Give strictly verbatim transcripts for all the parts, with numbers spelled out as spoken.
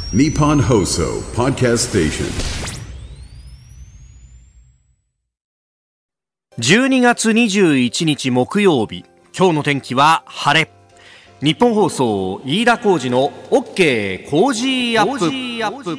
Nippon Hoso Podcast Station。 じゅうにがつにじゅういちにち木曜日、今日の天気は晴れ。日本放送飯田浩司の OK 工事アップ。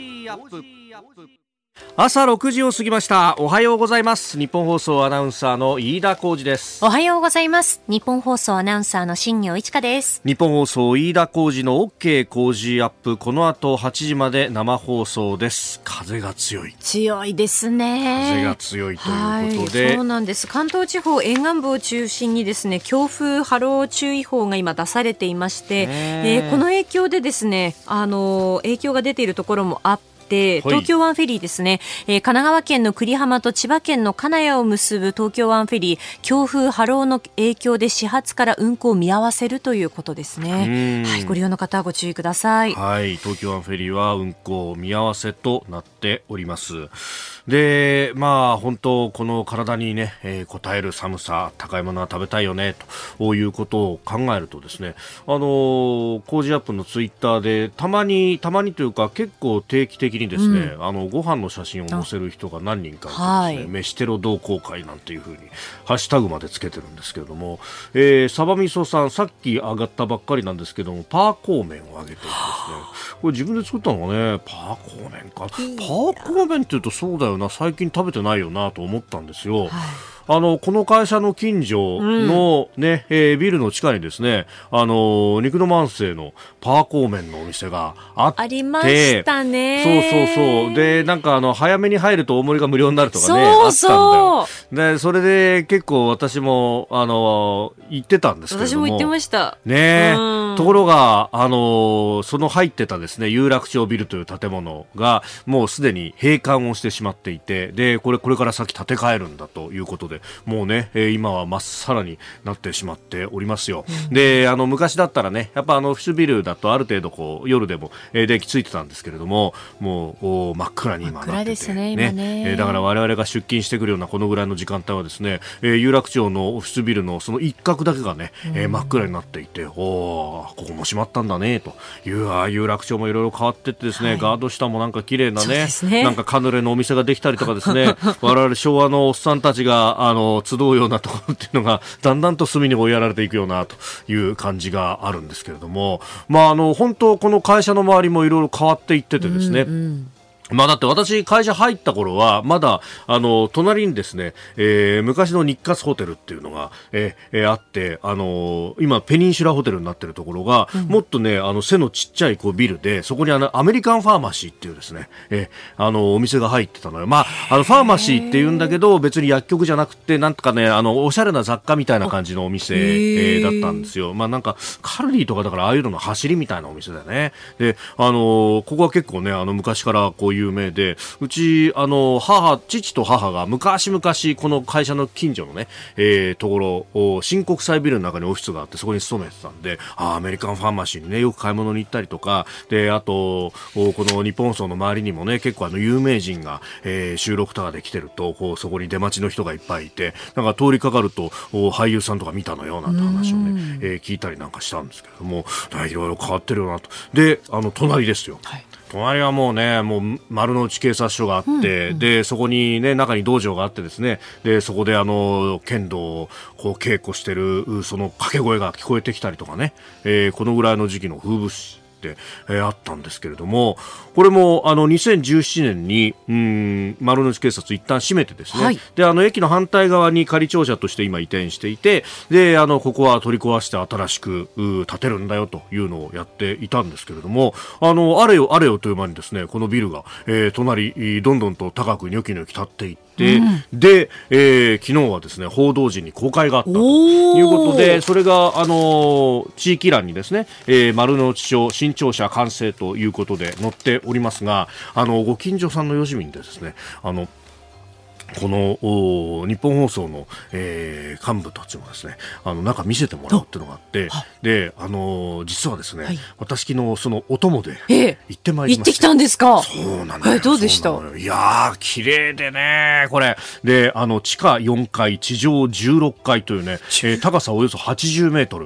朝ろくじを過ぎました。おはようございます。日本放送アナウンサーの飯田浩司です。 おはようございます。日本放送アナウンサーの新業一華です。 日本放送飯田浩司の OK 工事アップ、この後はちじまで生放送です。風が強い強いですね。 風が強いということで、 はい、そうなんです。関東地方沿岸部を中心にですね、強風波浪注意報が今出されていまして、えー、この影響でですね、あの影響が出ているところもあって、東京湾フェリーですね、えー、神奈川県の久里浜と千葉県の金谷を結ぶ東京湾フェリー、強風波浪の影響で始発から運航を見合わせるということですね。はい、ご利用の方はご注意ください。 はい、東京湾フェリーは運航見合わせとなっております。で、まあ本当この体にね、えー、応える寒さ、高いものは食べたいよねということを考えるとですね、あのー、工事アップのツイッターでたまにたまにというか結構定期的にですね、うん、あのご飯の写真を載せる人が何人かいてですね、はい、飯テロ同好会なんていう風にハッシュタグまでつけてるんですけれども、えー、サバミソさん、さっき上がったばっかりなんですけども、パーコー麺を揚げていてですね、これ自分で作ったのがね、パーコー麺か。パーコー麺って言うとそうだよな、最近食べてないよなと思ったんですよ。はい、あのこの会社の近所の、ね、うん、えー、ビルの地下にですね、あの肉の万世のパーコー麺のお店があってありましたね。 そうそうそう。で、なんかあの早めに入ると大盛りが無料になるとかね、そうそうあったんだよ。で、それで結構私もあの行ってたんですけれども、 私も行ってましたね。ところがあのその入ってたですね、有楽町ビルという建物がもうすでに閉館をしてしまっていて、でこれこれから先建て替えるんだということで、もうね、えー、今はまっさらになってしまっておりますよ。うん、で、あの昔だったらね、やっぱあのオフィスビルだとある程度こう夜でも、えー、電気ついてたんですけれども、もう真っ暗に今なってて、 真っ暗ですね、今ね、 えー、だから我々が出勤してくるようなこのぐらいの時間帯はですね、えー、有楽町のオフィスビルのその一角だけがね、えー、真っ暗になっていて、おー、ここも閉まったんだねという、あ有楽町もいろいろ変わってってですね、はい、ガード下もなんか綺麗な ね, ねなんかカヌレのお店ができたりとかですね我々昭和のおっさんたちがあの集うようなところっていうのがだんだんと隅に追いやられていくようなという感じがあるんですけれども、まああの本当この会社の周りもいろいろ変わっていっててですね、うんうん、まあだって私会社入った頃はまだあの隣にですね、えー、昔の日活ホテルっていうのが、えーえー、あって、あのー、今ペニンシュラホテルになってるところが、うん、もっとねあの背のちっちゃいこうビルで、そこにあのアメリカンファーマシーっていうですね、えー、あのお店が入ってたのよ。まああのファーマシーって言うんだけど別に薬局じゃなくてなんとかねあのおしゃれな雑貨みたいな感じのお店、えー、だったんですよ。まあなんかカルディとかだからああいうのの走りみたいなお店だよね。であのー、ここは結構ねあの昔からこういう有名で、うちあの母父と母が昔々この会社の近所のね、えー、ところ新国際ビルの中にオフィスがあって、そこに勤めてたんで、あアメリカンファーマシーにねよく買い物に行ったりとかで、あとこの日本放送の周りにもね結構あの有名人が、えー、収録とかで来てるとこうそこに出待ちの人がいっぱいいて、なんか通りかかると俳優さんとか見たのよなんて話をね、えー、聞いたりなんかしたんですけれども、いろいろ変わってるよなと。であの隣ですよ、はい、隣はもうねもう丸の内警察署があって、うんうん、でそこにね中に道場があってですね、でそこであの剣道をこう稽古してるその掛け声が聞こえてきたりとかね、えー、このぐらいの時期の風物詩って、えー、あったんですけれども、これもあのにせんじゅうななねんにうん丸の内警察一旦閉めてですね、はい、であの駅の反対側に仮庁舎として今移転していて、であのここは取り壊して新しく建てるんだよというのをやっていたんですけれども、あのあれよあれよという間にですねこのビルが、えー、隣どんどんと高くニョキニョキ立っていってで、うん、で、えー、昨日はですね報道陣に公開があったということで、それがあの地域欄にですね、えー、丸の内町新庁舎完成ということで載っておりますが、あのご近所さんのよしみんでですね、あのこの日本放送の、えー、幹部たちもですねあの中見せてもらうっていうのがあって、であのー、実はですね、はい、私昨日そのお供で行ってまいりました。 行ってきたんですか。 そうなんだよ、 はい、どうでした。 いやー綺麗でねこれで、あの地下よんかい地上じゅうろっかいというね、えー、高さおよそはちじゅうメートル、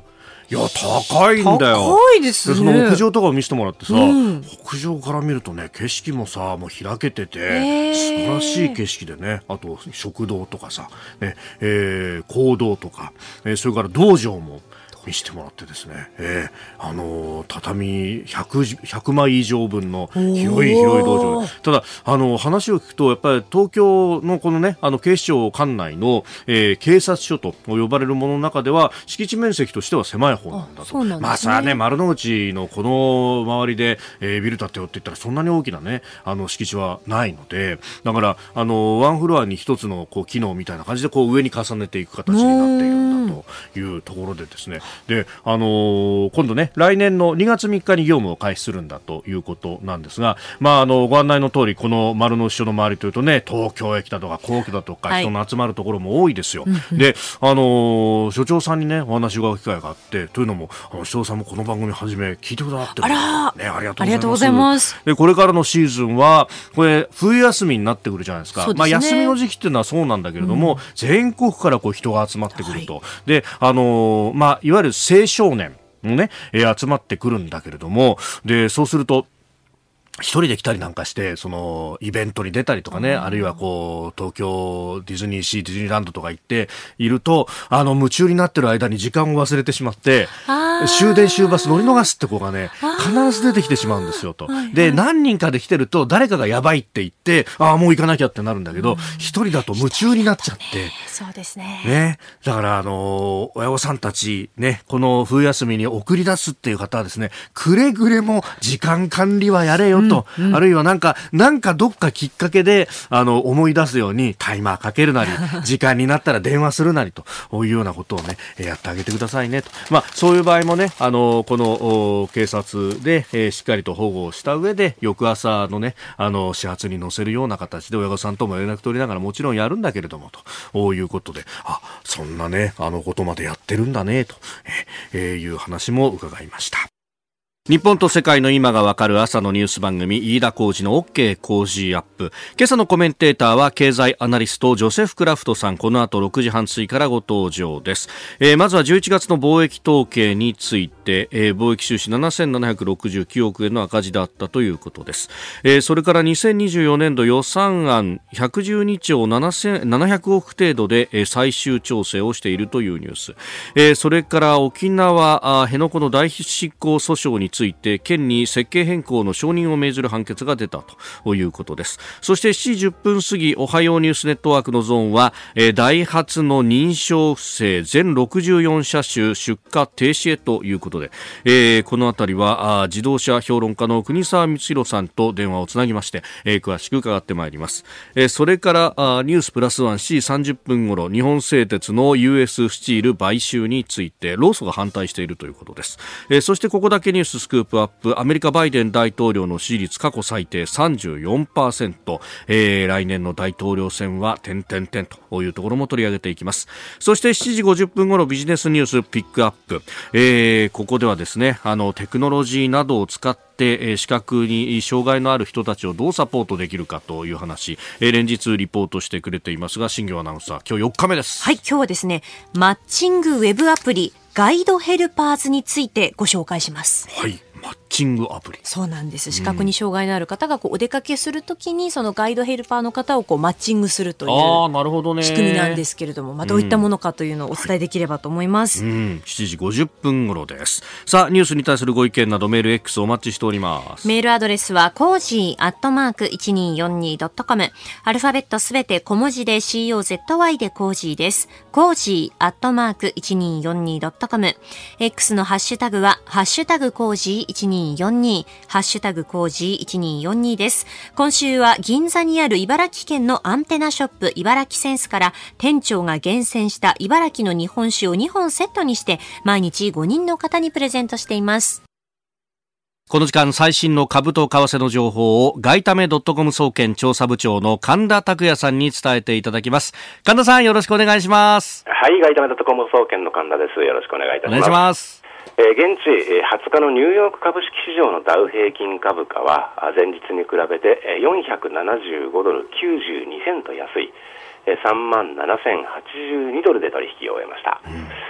いや高いんだよ。 高いですね。 でその屋上とかを見せてもらってさ、うん、屋上から見るとね景色もさもう開けてて、えー、素晴らしい景色でね、あと食堂とかさ、ねえー、講堂とか、えー、それから道場も見せてもらってですね、えーあのー、畳 100, ひゃくまい以上分の広い広い道場で、ただ、あのー、話を聞くとやっぱり東京のこのねあの警視庁管内の、えー、警察署と呼ばれるものの中では敷地面積としては狭い方なんだと。ね、まあさあね丸の内のこの周りで、えー、ビル建てようって言ったらそんなに大きなねあの敷地はないので、だからあのワンフロアに一つのこう機能みたいな感じでこう上に重ねていく形になっているんだというところでですね、で、あのー、今度ね来年のにがつみっかに業務を開始するんだということなんですが、まあ、あのご案内の通りこの丸の内署の周りというとね東京駅だとか皇居だとか、はい、人の集まるところも多いですよ、うんうん、で、あのー、所長さんにねお話を伺う機会があって、というのもあの所長さんもこの番組はじめ聞いてくださってるんです、ね、ありがとうございます。でこれからのシーズンはこれ冬休みになってくるじゃないですか。そうですね。まあ、休みの時期っていうのはそうなんだけれども、うん、全国からこう人が集まってくると、はい、で、あのーまあ、いわゆる青少年のね、えー、集まってくるんだけれども、でそうすると一人で来たりなんかしてそのイベントに出たりとかね、あるいはこう東京ディズニーシーディズニーランドとか行っていると、あの夢中になってる間に時間を忘れてしまって終電終バス乗り逃すって子がね必ず出てきてしまうんですよと。で何人かで来てると誰かがやばいって言ってああもう行かなきゃってなるんだけど、一人だと夢中になっちゃって、 そうですね。 ね、だからあの親御さんたちねこの冬休みに送り出すっていう方はですね、くれぐれも時間管理はやれよと、うんうん、あるいはなんかなんかどっかきっかけであの思い出すようにタイマーかけるなり時間になったら電話するなりというようなことをねやってあげてくださいねと。まあそういう場合もねあのこの警察で、えー、しっかりと保護をした上で翌朝のねあの始発に乗せるような形で親御さんとも連絡取りながらもちろんやるんだけれどもということで、あそんなねあのことまでやってるんだねと、えー、いう話も伺いました。日本と世界の今がわかる朝のニュース番組飯田浩司の OK 工事アップ。今朝のコメンテーターは経済アナリストジョセフ・クラフトさん、この後ろくじはん過ぎからご登場です。えー、まずはじゅういちがつの貿易統計について、えー、貿易収支ななせんななひゃくろくじゅうきゅうおくえんの赤字だったということです。えー、それからにせんにじゅうよねんど予算案ひゃくじゅうにちょうななひゃくおく程度で、えー、最終調整をしているというニュース。えー、それから沖縄辺野古の代執行訴訟について県に設計変更の承認を命じる判決が出たということです。そしてしちじじゅっぷん過ぎおはようニュースネットワークのゾーンは、えー、ダイハツの認証不正全ろくじゅうよんしゃしゅ出荷停止へということで、えー、このあたりはあ自動車評論家の国沢光弘さんと電話をつなぎまして、えー、詳しく伺ってまいります。えー、それからあニュースプラスワン しちじさんじゅっぷん頃日本製鉄の ユーエス スチール買収について労組が反対しているということです。えー、そしてここだけニューススクープアップ、アメリカバイデン大統領の支持率過去最低 さんじゅうよんパーセント、えー、来年の大統領選は点々点というところも取り上げていきます。そしてしちじごじゅっぷん頃ビジネスニュースピックアップ、えー、ここではですねあのテクノロジーなどを使って視覚に障害のある人たちをどうサポートできるかという話、えー、連日リポートしてくれていますが、新業アナウンサー今日よっかめです。 はい、今日はですねマッチングウェブアプリガイドヘルパーズについてご紹介します。 はい、マッチングアプリ。 そうなんです。視覚に障害のある方がこうお出かけするときにそのガイドヘルパーの方をこうマッチングするという仕組みなんですけれども、まあ、どういったものかというのをお伝えできればと思います。 うんはい、うん、しちじごじゅっぷん頃です。さあニュースに対するご意見などメール X お待ちしております。 メールアドレスはコージーアットマーク いちにーよんにードットコム、 アルファベットすべて小文字で コーズ でコージーです。コージーアットマーク いちにーよんにードットコム、 X のハッシュタグはハッシュタグコージーいちにーよんにー、ハッシュタグコージーいちにーよんにーです。今週は銀座にある茨城県のアンテナショップ茨城センスから店長が厳選した茨城の日本酒をにほんセットにして毎日ごにんの方にプレゼントしています。 この時間最新の株と為替の情報を外為 .com 総研調査部長の神田拓也さんに伝えていただきます。神田さんよろしくお願いします。 はい、外為 .com 総研の神田です。よろしくお願いいたします。お願いします。えー、現地はつかのニューヨーク株式市場のダウ平均株価は前日に比べてよんひゃくななじゅうごドルきゅうじゅうにセント安いさんまんななせんはちじゅうにドルで取引を終えました。うん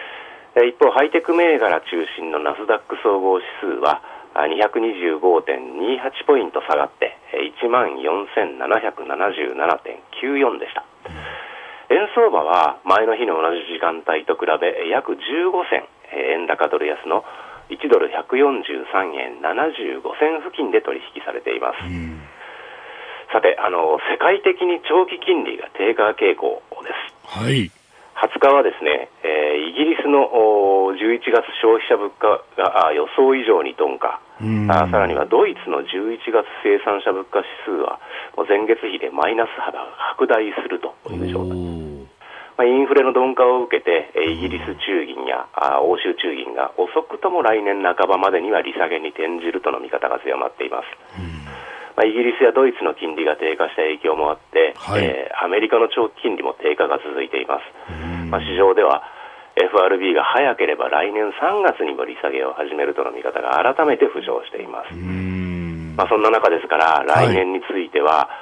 一方、ハイテク銘柄中心のナスダック総合指数は にひゃくにじゅうごてんにはち ポイント下がって いちまんよんせんななひゃくななじゅうななてんきゅうよん でした。円相場は前の日の同じ時間帯と比べ約じゅうごせん、円高ドル安のいちドルひゃくよんじゅうさんえんななじゅうごせん付近で取引されています。さて、あの世界的に長期金利が低下傾向です。 はい。 はつかはですね、えー、イギリスのじゅういちがつ消費者物価が予想以上に鈍化、あさらにはドイツのじゅういちがつ生産者物価指数は前月比でマイナス幅が拡大するという状態です。まあ、インフレの鈍化を受けてイギリス中銀や欧州中銀が遅くとも来年半ばまでには利下げに転じるとの見方が強まっています。まあ、イギリスやドイツの金利が低下した影響もあって、はい、えー、アメリカの長期金利も低下が続いています。まあ、市場では エフアールビー が早ければ来年さんがつにも利下げを始めるとの見方が改めて浮上しています。まあ、そんな中ですから来年については、はい、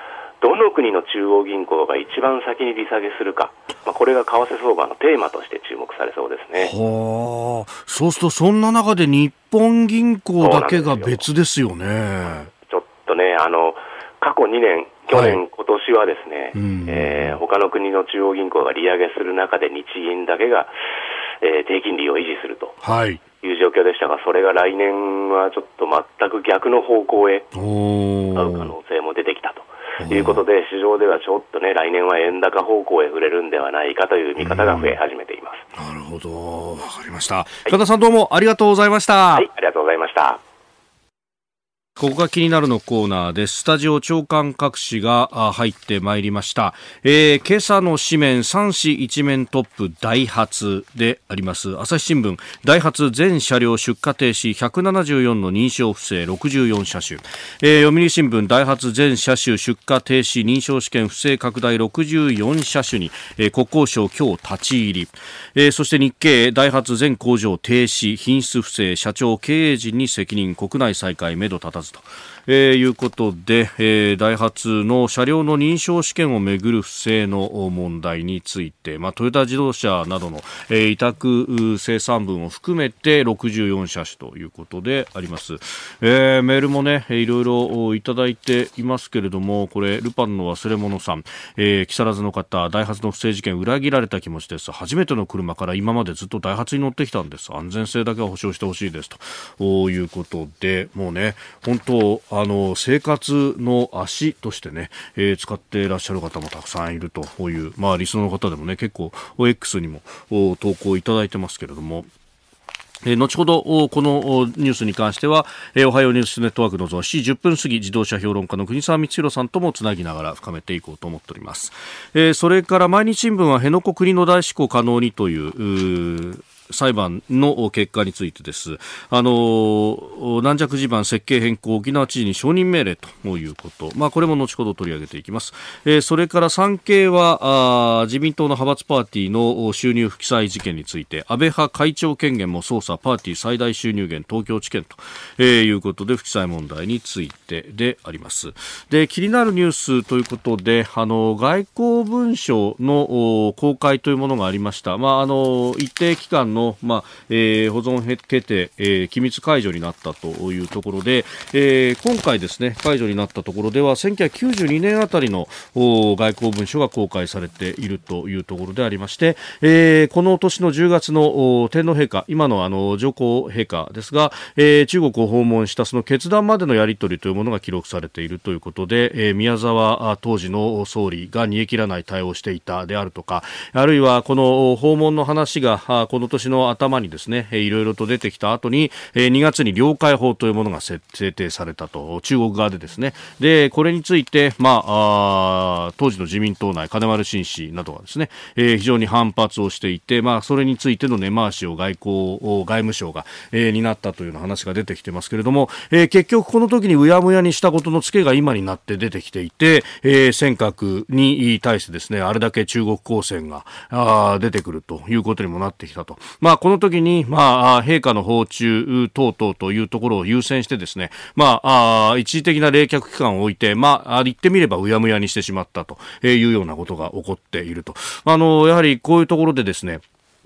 どの国の中央銀行が一番先に利下げするか、まあ、これが為替相場のテーマとして注目されそうですね。 はあ、そうするとそんな中で日本銀行だけが別ですよね。 ちょっとね、あの過去にねん、去年、はい、今年はですね、うん、えー、他の国の中央銀行が利上げする中で日銀だけが、えー、低金利を維持するという状況でしたが、それが来年はちょっと全く逆の方向へ向かう可能性も出てきたということで、市場ではちょっとね、来年は円高方向へ触れるんではないかという見方が増え始めています。 なるほど、わかりました。深田さん、どうもありがとうございました。 はい、ありがとうございました。 ここが気になるのコーナーです。スタジオ長官各紙が入ってまいりました。えー、今朝の紙面さん紙一面トップダイハツであります。朝日新聞、ダイハツ全車両出荷停止ひゃくななじゅうよんの認証不正ろくじゅうよんしゃしゅ、えー、読売新聞、ダイハツ全車種出荷停止認証試験不正拡大ろくじゅうよんしゃしゅに、えー、国交省今日立ち入り、えー、そして日経、ダイハツ全工場停止品質不正社長経営陣に責任、国内再開めど立たずと、えー、いうことで、えー、ダイハツの車両の認証試験をめぐる不正の問題について、まあ、トヨタ自動車などの、えー、委託生産分を含めてろくじゅうよんしゃしゅということであります。えー、メールもね、いろいろいただいていますけれども、これルパンの忘れ物さん、えー、木更津の方、ダイハツの不正事件裏切られた気持ちです。初めての車から今までずっとダイハツに乗ってきたんです。安全性だけは保証してほしいですということで、もうね、本当あの生活の足としてね、えー、使っていらっしゃる方もたくさんいるという、まあ、リスナーの方でもね、結構 X にも投稿いただいてますけれども、えー、後ほどこのニュースに関しては、えー、おはようニュースネットワークのしちじじゅっぷん過ぎ、自動車評論家の国沢光弘さんともつなぎながら深めていこうと思っております。えー、それから毎日新聞は辺野古国の大施行可能にという裁判の結果についてです。あの軟弱地盤設計変更、沖縄知事に承認命令ということ、まあ、これも後ほど取り上げていきます。えー、それから産経はあ自民党の派閥パーティーの収入不記載事件について、安倍派会長権限も捜査、パーティー最大収入源東京地検と、えー、いうことで不記載問題についてであります。で、気になるニュースということで、あの外交文書の公開というものがありました。まあ、あの一定期間のまあえー、保存決定、えー、機密解除になったというところで、えー、今回ですね、解除になったところではせんきゅうひゃくきゅうじゅうにねんあたりの外交文書が公開されているというところでありまして、えー、この年のじゅうがつの天皇陛下、今のあの上皇陛下ですが、えー、中国を訪問したその決断までのやり取りというものが記録されているということで、えー、宮沢当時の総理が煮え切らない対応をしていたであるとか、あるいはこの訪問の話がこの年の頭にですね、いろいろと出てきた後ににがつに領海法というものが制定されたと、中国側でですね。で、これについて、まあ、あ当時の自民党内金丸信氏などがですね、えー、非常に反発をしていて、まあ、それについての根回しを外交外務省が、えー、担ったというような話が出てきてますけれども、えー、結局この時にうやむやにしたことのツケが今になって出てきていて、えー、尖閣に対してですね、あれだけ中国公船があ出てくるということにもなってきたと。まあ、この時に、まあ、陛下の訪中等々というところを優先してですね、まあ、あ一時的な冷却期間を置いて、まあ、言ってみればうやむやにしてしまったというようなことが起こっていると。あの、やはりこういうところでですね、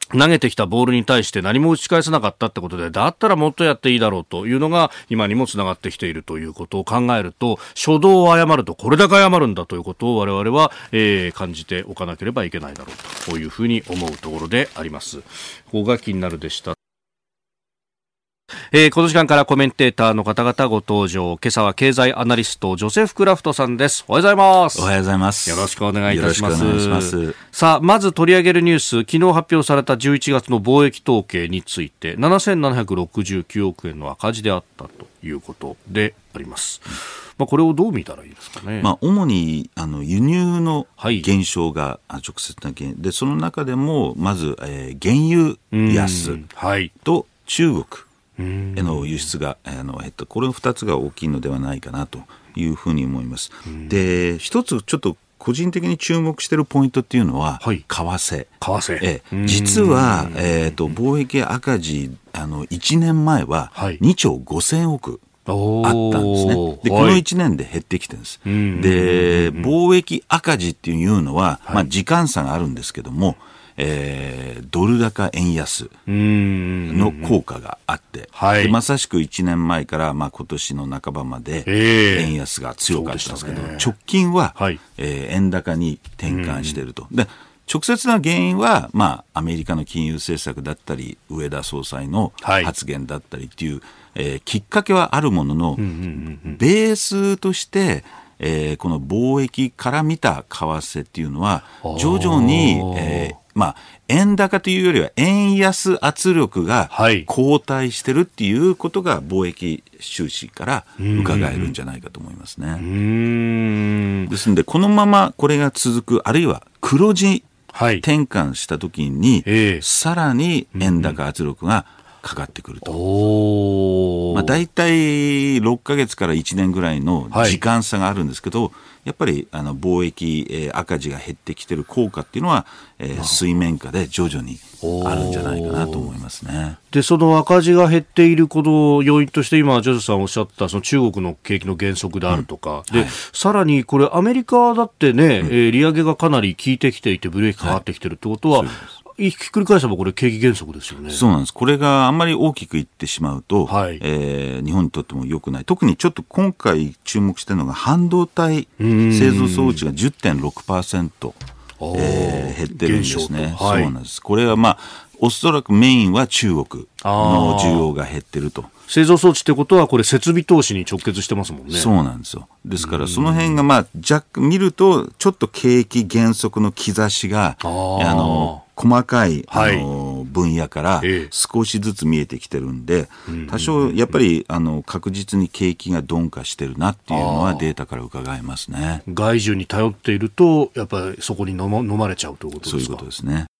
投げてきたボールに対して何も打ち返せなかったってことで、だったらもっとやっていいだろうというのが今にもつながってきているということを考えると、初動を誤るとこれだけ誤るんだということを我々は、えー、感じておかなければいけないだろうというふうに思うところであります。ここが気になるでした。えー、この時間からコメンテーターの方々ご登場。今朝は経済アナリストジョセフ・クラフトさんです。おはようございます。 おはようございます。 よろしくお願いいたします。 よろしくお願いします。 さあ、まず取り上げるニュース、昨日発表されたじゅういちがつの貿易統計についてななせんななひゃくろくじゅうきゅうおくえんの赤字であったということであります。まあ、これをどう見たらいいですかね。 まあ、主にあの輸入の減少が直接な原因、はい、でその中でもまず、えー、原油安と中国への輸出があの減った、これのふたつが大きいのではないかなというふうに思います。で、一つちょっと個人的に注目しているポイントっていうのは、はい、為替。 為替。 え実は、えー、と貿易赤字あのいちねんまえはにちょうごせんおくあったんですね。で、このいちねんで減ってきてるんです。で、貿易赤字っていうのは、まあ、時間差があるんですけども、えー、ドル高円安の効果があって、はい、でまさしくいちねんまえから、まあ、今年の半ばまで円安が強かったんですけど、ね、直近は、はい、えー、円高に転換していると。で、直接な原因は、まあ、アメリカの金融政策だったり植田総裁の発言だったりっていう、はい、えー、きっかけはあるものの、うんうんうんうん、ベースとしてえー、この貿易から見た為替っていうのは徐々に、えーまあ、円高というよりは円安圧力が後退してるっていうことが貿易収支から伺えるんじゃないかと思いますね。うーん、ですのでこのままこれが続く、あるいは黒字転換したときに、はい、さらに円高圧力がかかってくると。お、まあ、大体ろっかげつからいちねんぐらいの時間差があるんですけど、はい、やっぱりあの貿易、えー、赤字が減ってきてる効果っていうのは、えー、水面下で徐々にあるんじゃないかなと思いますね。 で、その赤字が減っていることを要因として今ジョセフさんおっしゃったその中国の景気の減速であるとか、うん、で、はい、さらにこれアメリカだってね、うん、えー、利上げがかなり効いてきていてブレーキかかってきてるってことは、はい、ひっくり返せばこれ景気減速ですよね。 そうなんです。これがあんまり大きくいってしまうと、はい、えー、日本にとっても良くない。特にちょっと今回注目しているのが半導体製造装置が じゅってんろくパーセント、えー、減ってるんですね。はい、そうなんです。これはまあおそらくメインは中国の需要が減ってると。 製造装置ってことはこれ設備投資に直結してますもんね。 そうなんですよ。ですからその辺がまあ若干見るとちょっと景気減速の兆しがあの細かい、あの、はい、分野から少しずつ見えてきてるんで、ええ、多少やっぱりあの確実に景気が鈍化してるなっていうのはデータから伺えますね。 外需に頼っているとやっぱりそこに飲ま、飲まれちゃうということですか。 そういうことですね。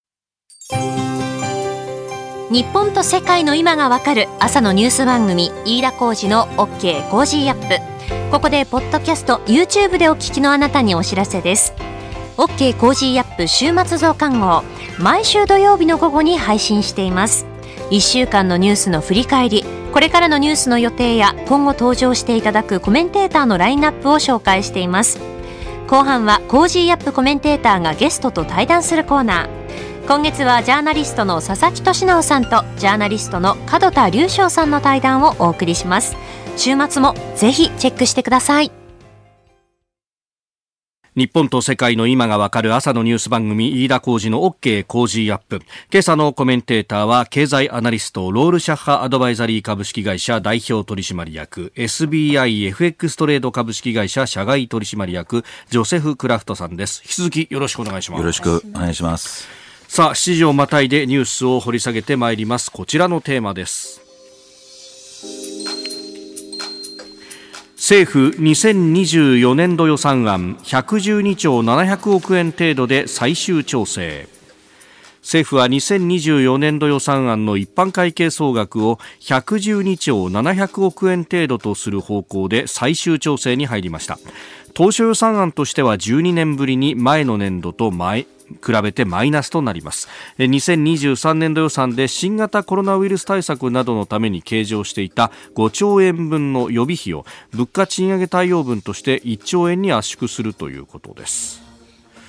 日本と世界の今がわかる朝のニュース番組、飯田浩司の OK コージーアップ。ここでポッドキャスト YouTube でお聞きのあなたにお知らせです。 OK コージーアップ週末増刊号、毎週土曜日の午後に配信しています。いっしゅうかんのニュースの振り返り、これからのニュースの予定や今後登場していただくコメンテーターのラインナップを紹介しています。後半はコージーアップコメンテーターがゲストと対談するコーナー。今月はジャーナリストの佐々木俊直さんとジャーナリストの門田隆翔さんの対談をお送りします。週末もぜひチェックしてください。 日本と世界の今がわかる朝のニュース番組、飯田浩司の OK コージーアップ。今朝のコメンテーターは経済アナリストロールシャッハアドバイザリー株式会社代表取締役、 エスビーアイエフエックス トレード株式会社社外取締役ジョセフ・クラフトさんです。引き続きよろしくお願いします。 よろしくお願いします。 さあ、しちじをまたいでニュースを掘り下げてまいります。こちらのテーマです。政府にせんにじゅうよねんど予算案ひゃくじゅうにちょうななひゃくおくえん程度で最終調整。政府はにせんにじゅうよねんど予算案の一般会計総額をひゃくじゅうにちょうななひゃくおくえん程度とする方向で最終調整に入りました。当初予算案としてはじゅうにねんぶりに前の年度と前比べてマイナスとなります。にせんにじゅうさんねんど予算で新型コロナウイルス対策などのために計上していたごちょうえんぶんの予備費を物価賃上げ対応分としていっちょうえんに圧縮するということです。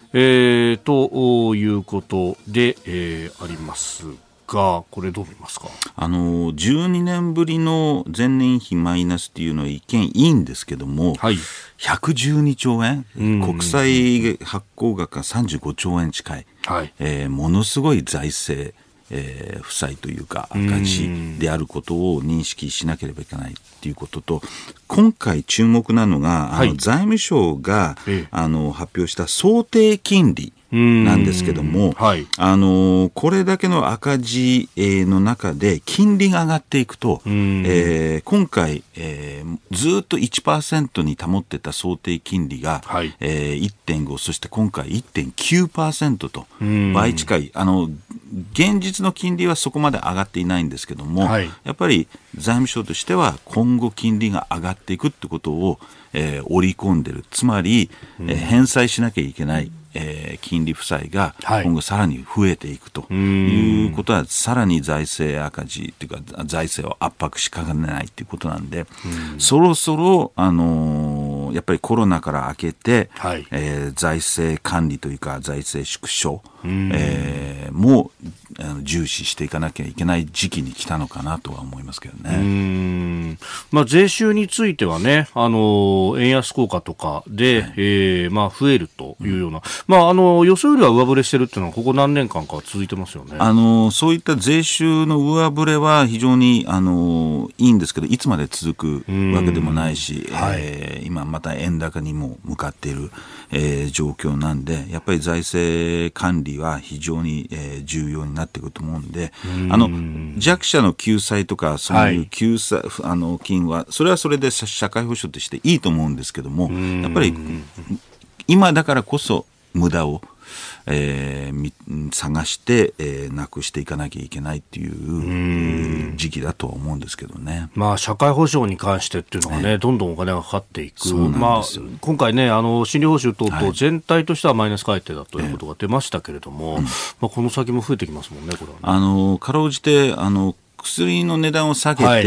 えー、ということで、えー、ありますが、これどう見ますか。 あのじゅうにねんぶりの前年比マイナスというのは一見いいんですけども、はい、ひゃくじゅうにちょうえん、うん、国債発行額がさんじゅうごちょうえん近い、はい、えー、ものすごい財政、えー、負債というか赤字であることを認識しなければいけないということと、今回注目なのが、はい、あの財務省が、ええ、あの発表した想定金利なんですけども、はい、あのこれだけの赤字の中で金利が上がっていくと、えー、今回、えー、ずっと いちパーセント に保ってた想定金利が、はい、えー、いってんご、そして今回 いってんきゅうパーセント と倍近い、あの現実の金利はそこまで上がっていないんですけども、はい、やっぱり財務省としては今後金利が上がっていくってことを、えー、織り込んでる。つまり、えー、返済しなきゃいけない、えー、金利負債が今後さらに増えていくということは、はい、さらに財政赤字というか財政を圧迫しかねないということなんで、うん、そろそろ、あのー、やっぱりコロナから明けて、はい、えー、財政管理というか財政縮小、うん、えー、も重視していかなきゃいけない時期に来たのかなとは思いますけどね。 うーん、まあ、税収についてはね、あの円安効果とかで、はい、えーまあ、増えるというような、うん、まあ、あの予想よりは上振れしてるっていうのはここ何年間か続いてますよね。 あのそういった税収の上振れは非常にあのいいんですけど、いつまで続くわけでもないし、はい、えー、今また円高にも向かっている、えー、状況なんで、やっぱり財政管理は非常に、えー、重要になってくると思うんで、うん、あの弱者の救済とかそういう救済、はい、あの金はそれはそれで社会保障としていいと思うんですけども、やっぱり今だからこそ無駄を、えー、探して、えー、なくしていかなきゃいけないっていう時期だとは思うんですけどね。 まあ、社会保障に関してっていうのがね、ね、どんどんお金がかかっていく。まあ、今回ね、あの診療報酬等々全体としてはマイナス改定だということが出ましたけれども、えーうん、まあ、この先も増えてきますもんね、これはね。 あのかろうじてあの薬の値段を下げて、はい、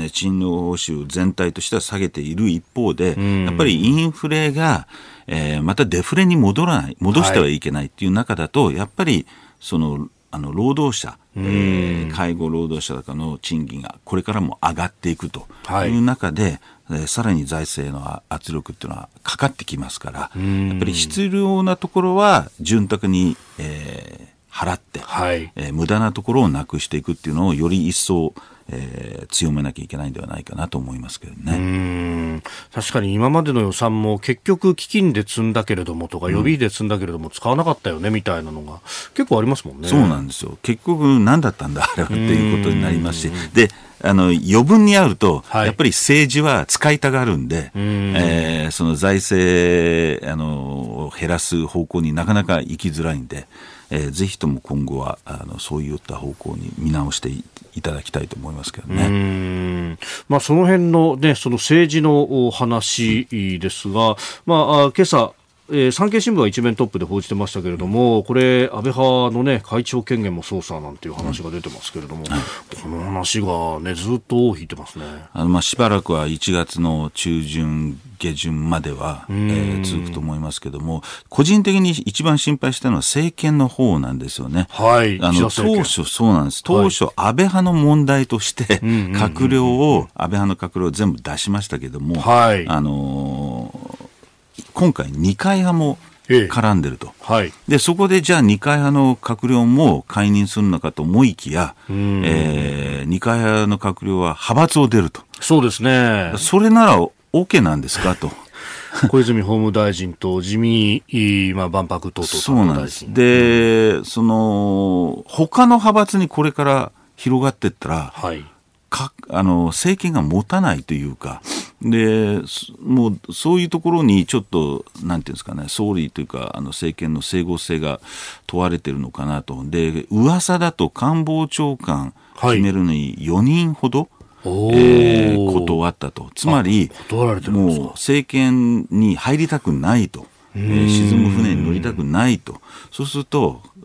診療報酬全体としては下げている一方で、やっぱりインフレが、えー、またデフレに戻らない、戻してはいけないっていう中だと、はい、やっぱりそのあの労働者、えー、介護労働者とかの賃金がこれからも上がっていくという中で、はい、えー、さらに財政の圧力っていうのはかかってきますから、やっぱり必要なところは潤沢に、えー払って、はい、えー、無駄なところをなくしていくっていうのをより一層、えー、強めなきゃいけないんではないかなと思いますけどね。うーん、確かに今までの予算も結局基金で積んだけれどもとか予備費で積んだけれども使わなかったよねみたいなのが結構ありますもんね。 そうなんですよ。結局何だったんだあれはっていうことになりますし、であの余分にあると、はい、やっぱり政治は使いたがるんで、うん、えー、その財政あの減らす方向になかなか行きづらいんで、えー、ぜひとも今後はあのそういった方向に見直して い, いただきたいと思いますけどね。 うーん、まあ、その辺の、ね、その政治の話ですが、まあ、今朝えー、産経新聞は一面トップで報じてましたけれども、これ安倍派の、ね、会長権限も操作なんていう話が出てますけれども、うん、この話が、ね、ずっと尾を引いてますね。 あの、まあ、しばらくはいちがつの中旬下旬までは、えー、続くと思いますけども、個人的に一番心配したのは政権の方なんですよね。 はい、 あの当初そうなんです。当初、はい、安倍派の問題として閣僚を安倍派の閣僚を全部出しましたけども、はい、あのー今回二階派も絡んでると、ええ、はい、でそこでじゃあ二階派の閣僚も解任するのかと思いきや、えー、二階派の閣僚は派閥を出ると。 そうですね。 それなら OK なんですかと小泉法務大臣と自民、まあ、万博等々 そうなんです。で、その他の派閥にこれから広がっていったら、はい、かあの政権が持たないというか、でもうそういうところにちょっとなんていうんですかね、総理というかあの政権の整合性が問われているのかなと。で噂だと官房長官決めるのによにんほど、はい、えー、断ったと。つまり断られてるんですか。 もう政権に入りたくないと、えー、沈む船に乗りたくないと。そうすると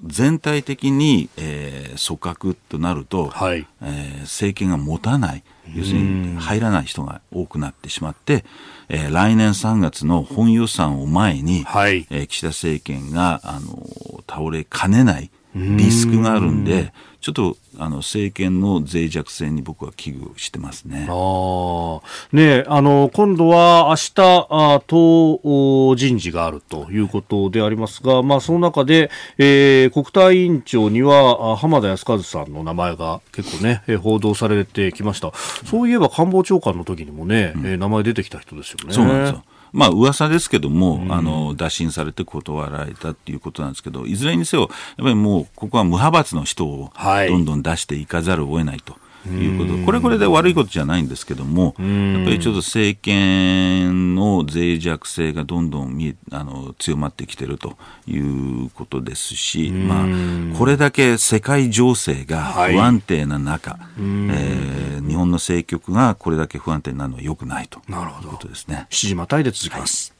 全体的に、えー、組閣となると、はい、えー、政権が持たない、要するに入らない人が多くなってしまって、えー、来年さんがつの本予算を前に、はい、えー、岸田政権があの倒れかねないリスクがあるんで、ちょっとあの政権の脆弱性に僕は危惧してますね。 あねあの今度は明日あ党人事があるということでありますが、まあ、その中で、えー、国対委員長には浜田靖一さんの名前が結構ね報道されてきました。そういえば官房長官の時にもね、うん、名前出てきた人ですよね。 そうなんですよ。まあ噂ですけども、うん、あの打診されて断られたっていうことなんですけど、いずれにせよやっぱりもうここは無派閥の人をどんどん出していかざるを得ないということ、はい、これこれで悪いことじゃないんですけども、やっぱりちょっと政権の脆弱性がどんどん見あの強まってきているということですし、まあ、これだけ世界情勢が不安定な中、はい、えー、日本の政局がこれだけ不安定になるのは良くないということですね。 しちじまたいで続きます。はい、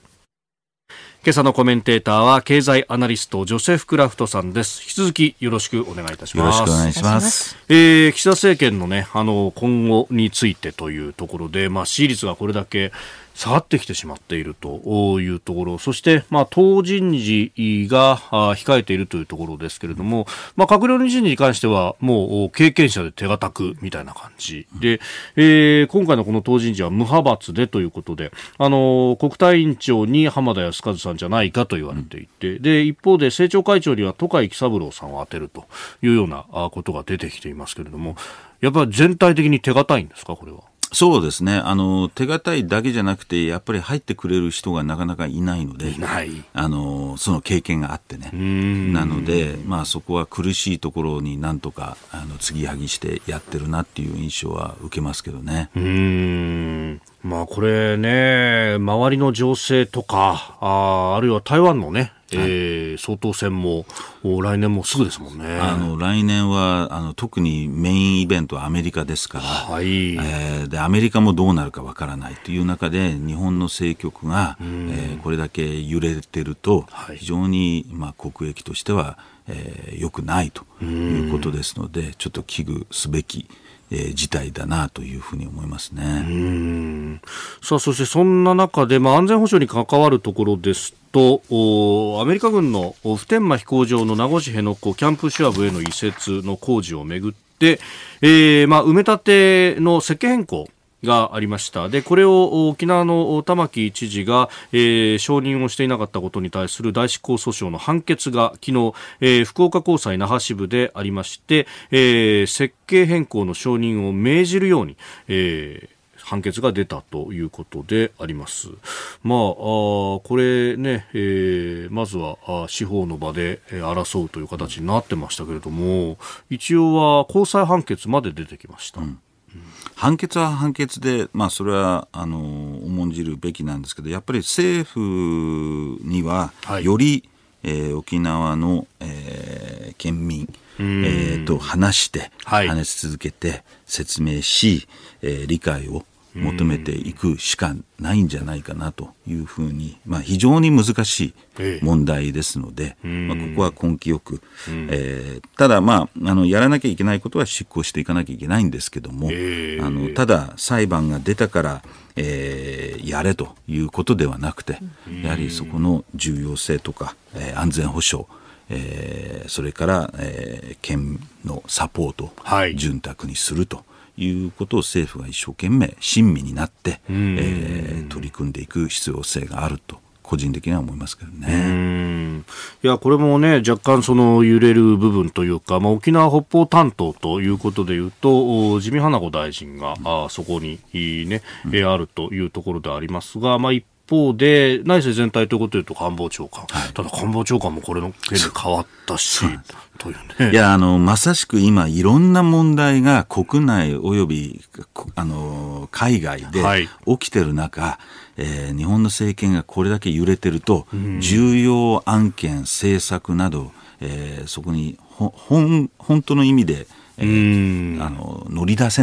今朝のコメンテーターは経済アナリストジョセフ・クラフトさんです。引き続きよろしくお願いいたします。 よろしくお願いします。 えー、岸田政権のね、あの今後についてというところで、まあ、支持率がこれだけ下がってきてしまっているというところ、そして、まあ、党人事が控えているというところですけれども、まあ、閣僚の人事に関してはもう経験者で手堅くみたいな感じで、えー、今回のこの党人事は無派閥でということで、あの国対委員長に浜田靖一さんじゃないかと言われていて、で一方で政調会長には都会喜三郎さんを当てるというようなことが出てきていますけれども、やっぱり全体的に手堅いんですか、これは。 そうですね、あの手堅いだけじゃなくてやっぱり入ってくれる人がなかなかいないので、いないあのその経験があってね、なので、まあ、そこは苦しいところになんとかあの継ぎはぎしてやってるなっていう印象は受けますけどね。 うーん、まあ、これね、周りの情勢とか あ, あるいは台湾のね、はい、えー、総統選も来年もすぐですもんね。 あの来年はあの特にメインイベントはアメリカですから、はい、えー、でアメリカもどうなるかわからないという中で日本の政局が、えー、これだけ揺れてると非常に、まあ、国益としては、えー、良くないということですので、ちょっと危惧すべきえー、事態だなというふうに思いますね。 うーん、さあ、そしてそんな中で、まあ、安全保障に関わるところですと、アメリカ軍の普天間飛行場の名護市辺野古キャンプシュワブへの移設の工事をめぐって、えーまあ、埋め立ての設計変更がありました。で、これを沖縄の玉城知事が、えー、承認をしていなかったことに対する代執行訴訟の判決が昨日、えー、福岡高裁那覇支部でありまして、えー、設計変更の承認を命じるように、えー判決が出たということであります。まあ、あこれね、えー、まずはあ司法の場で、えー、争うという形になってましたけれども、一応は高裁判決まで出てきました。うん、 判決は判決で、まあ、それはあの重んじるべきなんですけど、やっぱり政府にはより、はい、えー、沖縄の、えー、県民、えー、と話して、はい、話し続けて説明し、えー、理解を求めていくしかないんじゃないかなというふうに、まあ、非常に難しい問題ですので、まあ、ここは根気よく、えー、ただ、まあ、あのやらなきゃいけないことは執行していかなきゃいけないんですけども、あのただ裁判が出たから、えー、やれということではなくて、やはりそこの重要性とか、えー、安全保障、えー、それから、えー、県のサポートを潤沢にするということを政府が一生懸命親身になって、えー、取り組んでいく必要性があると個人的には思いますけどね。うーん、いやこれもね若干その揺れる部分というか、まあ、沖縄北方担当ということでいうと自見花子大臣が、うん、あそこに、ね、うん、あるというところでありますが、まあ、一方で内政全体ということでいうと官房長官、はい、ただ官房長官もこれの件で変わったしというね。 いやあのまさしく今いろんな問題が国内およびあの海外で起きてる中、はい、えー、日本の政権がこれだけ揺れてると、うん、重要案件政策など、えー、そこにほ本本当の意味で、えー、あの乗り出せない、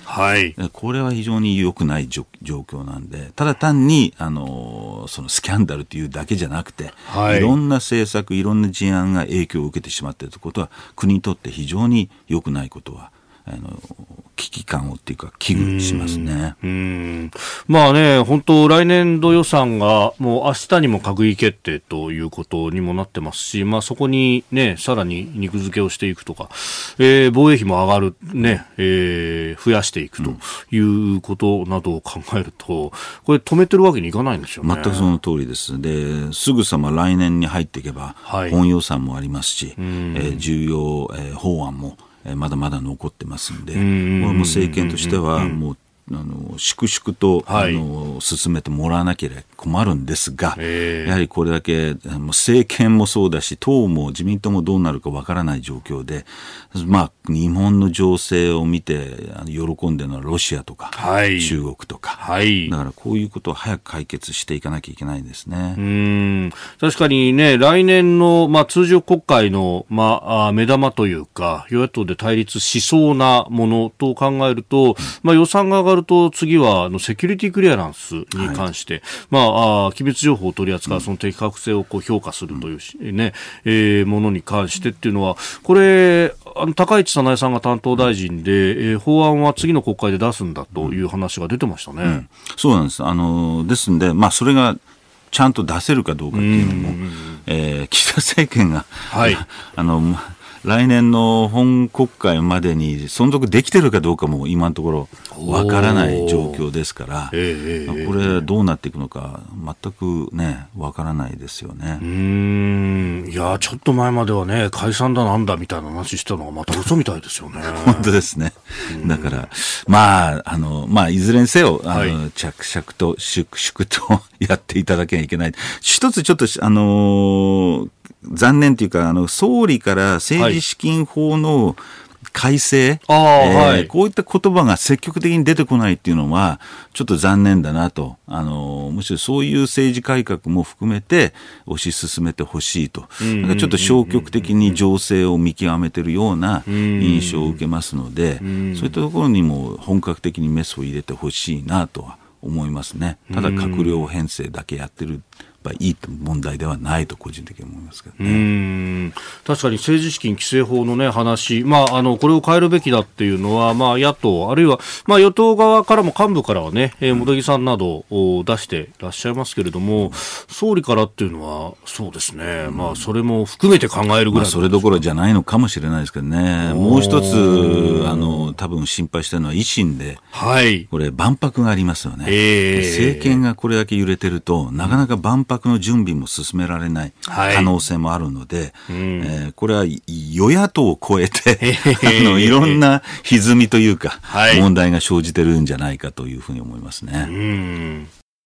はい、 これは非常に良くない状況なんで、ただ単にあのそのスキャンダルというだけじゃなくて、はい、いろんな政策、いろんな事案が影響を受けてしまっているということは、国にとって非常に良くないことはあの危機感をっていうか危惧しますね。 うんうんまあね、本当来年度予算がもう明日にも閣議決定ということにもなってますし、まあそこにねさらに肉付けをしていくとか、えー、防衛費も上がるね、えー、増やしていくということなどを考えると、これ止めてるわけにいかないんですよね。 全くその通りです。で、すぐさま来年に入っていけば、はい、本予算もありますし、えー、重要、えー、法案もまだまだ残ってますんで、これも政権としてはもうあの粛々と、はい、あの進めてもらわなければ困るんですが、やはりこれだけ政権もそうだし党も自民党もどうなるかわからない状況で、まあ、日本の情勢を見て喜んでるのはロシアとか、はい、中国とか、はい、だからこういうことを早く解決していかなきゃいけないんですね。 うーん確かにね、来年の、まあ、通常国会の、まあ、目玉というか与野党で対立しそうなものと考えると、うんまあ、予算が上がると次はあのセキュリティクリアランスに関して、はいまあ、あ機密情報を取り扱うその適格性をこう評価するという、うんねえー、ものに関してっていうのは、これあの高市早苗さんが担当大臣で、えー、法案は次の国会で出すんだという話が出てましたね。うん、 そうなんです。あのですんで、まあ、それがちゃんと出せるかどうかっていうのも、えー、岸田政権が、はい、あの来年の本国会までに存続できてるかどうかも今のところわからない状況ですから、えー、これどうなっていくのか全くねわからないですよね。 うーんいやちょっと前まではね解散だなんだみたいな話してたのがまた嘘みたいですよね。 本当ですね。だからまああのまあいずれにせよあの、はい、着々と粛々とやっていただけなきゃいけない。一つちょっとあのー残念というか、あの、総理から政治資金法の改正、はいえーはい、こういった言葉が積極的に出てこないっていうのは、ちょっと残念だなと。あの、むしろそういう政治改革も含めて推し進めてほしいと。なんかちょっと消極的に情勢を見極めているような印象を受けますので、そういったところにも本格的にメスを入れてほしいなとは思いますね。ただ閣僚編成だけやってる。いい問題ではないと個人的に思いますけどね。うーん確かに政治資金規正法の、ね、話、まあ、あのこれを変えるべきだっていうのは、まあ、野党あるいは、まあ、与党側からも幹部からはね、えー、茂木さんなどを出していらっしゃいますけれども、うん、総理からっていうのはそうですね、うんまあ、それも含めて考えるぐらい、まあ、 それどころじゃないのかもしれないですけどね。もう一つあの多分心配してるのは維新で、はい、これ万博がありますよね、えー、政権がこれだけ揺れてるとなかなか万博の準備も進められない可能性もあるので、はいうんえー、これは与野党を超えてあのいろんな歪みというか、はい、問題が生じてるんじゃないかというふうに思いますね。うん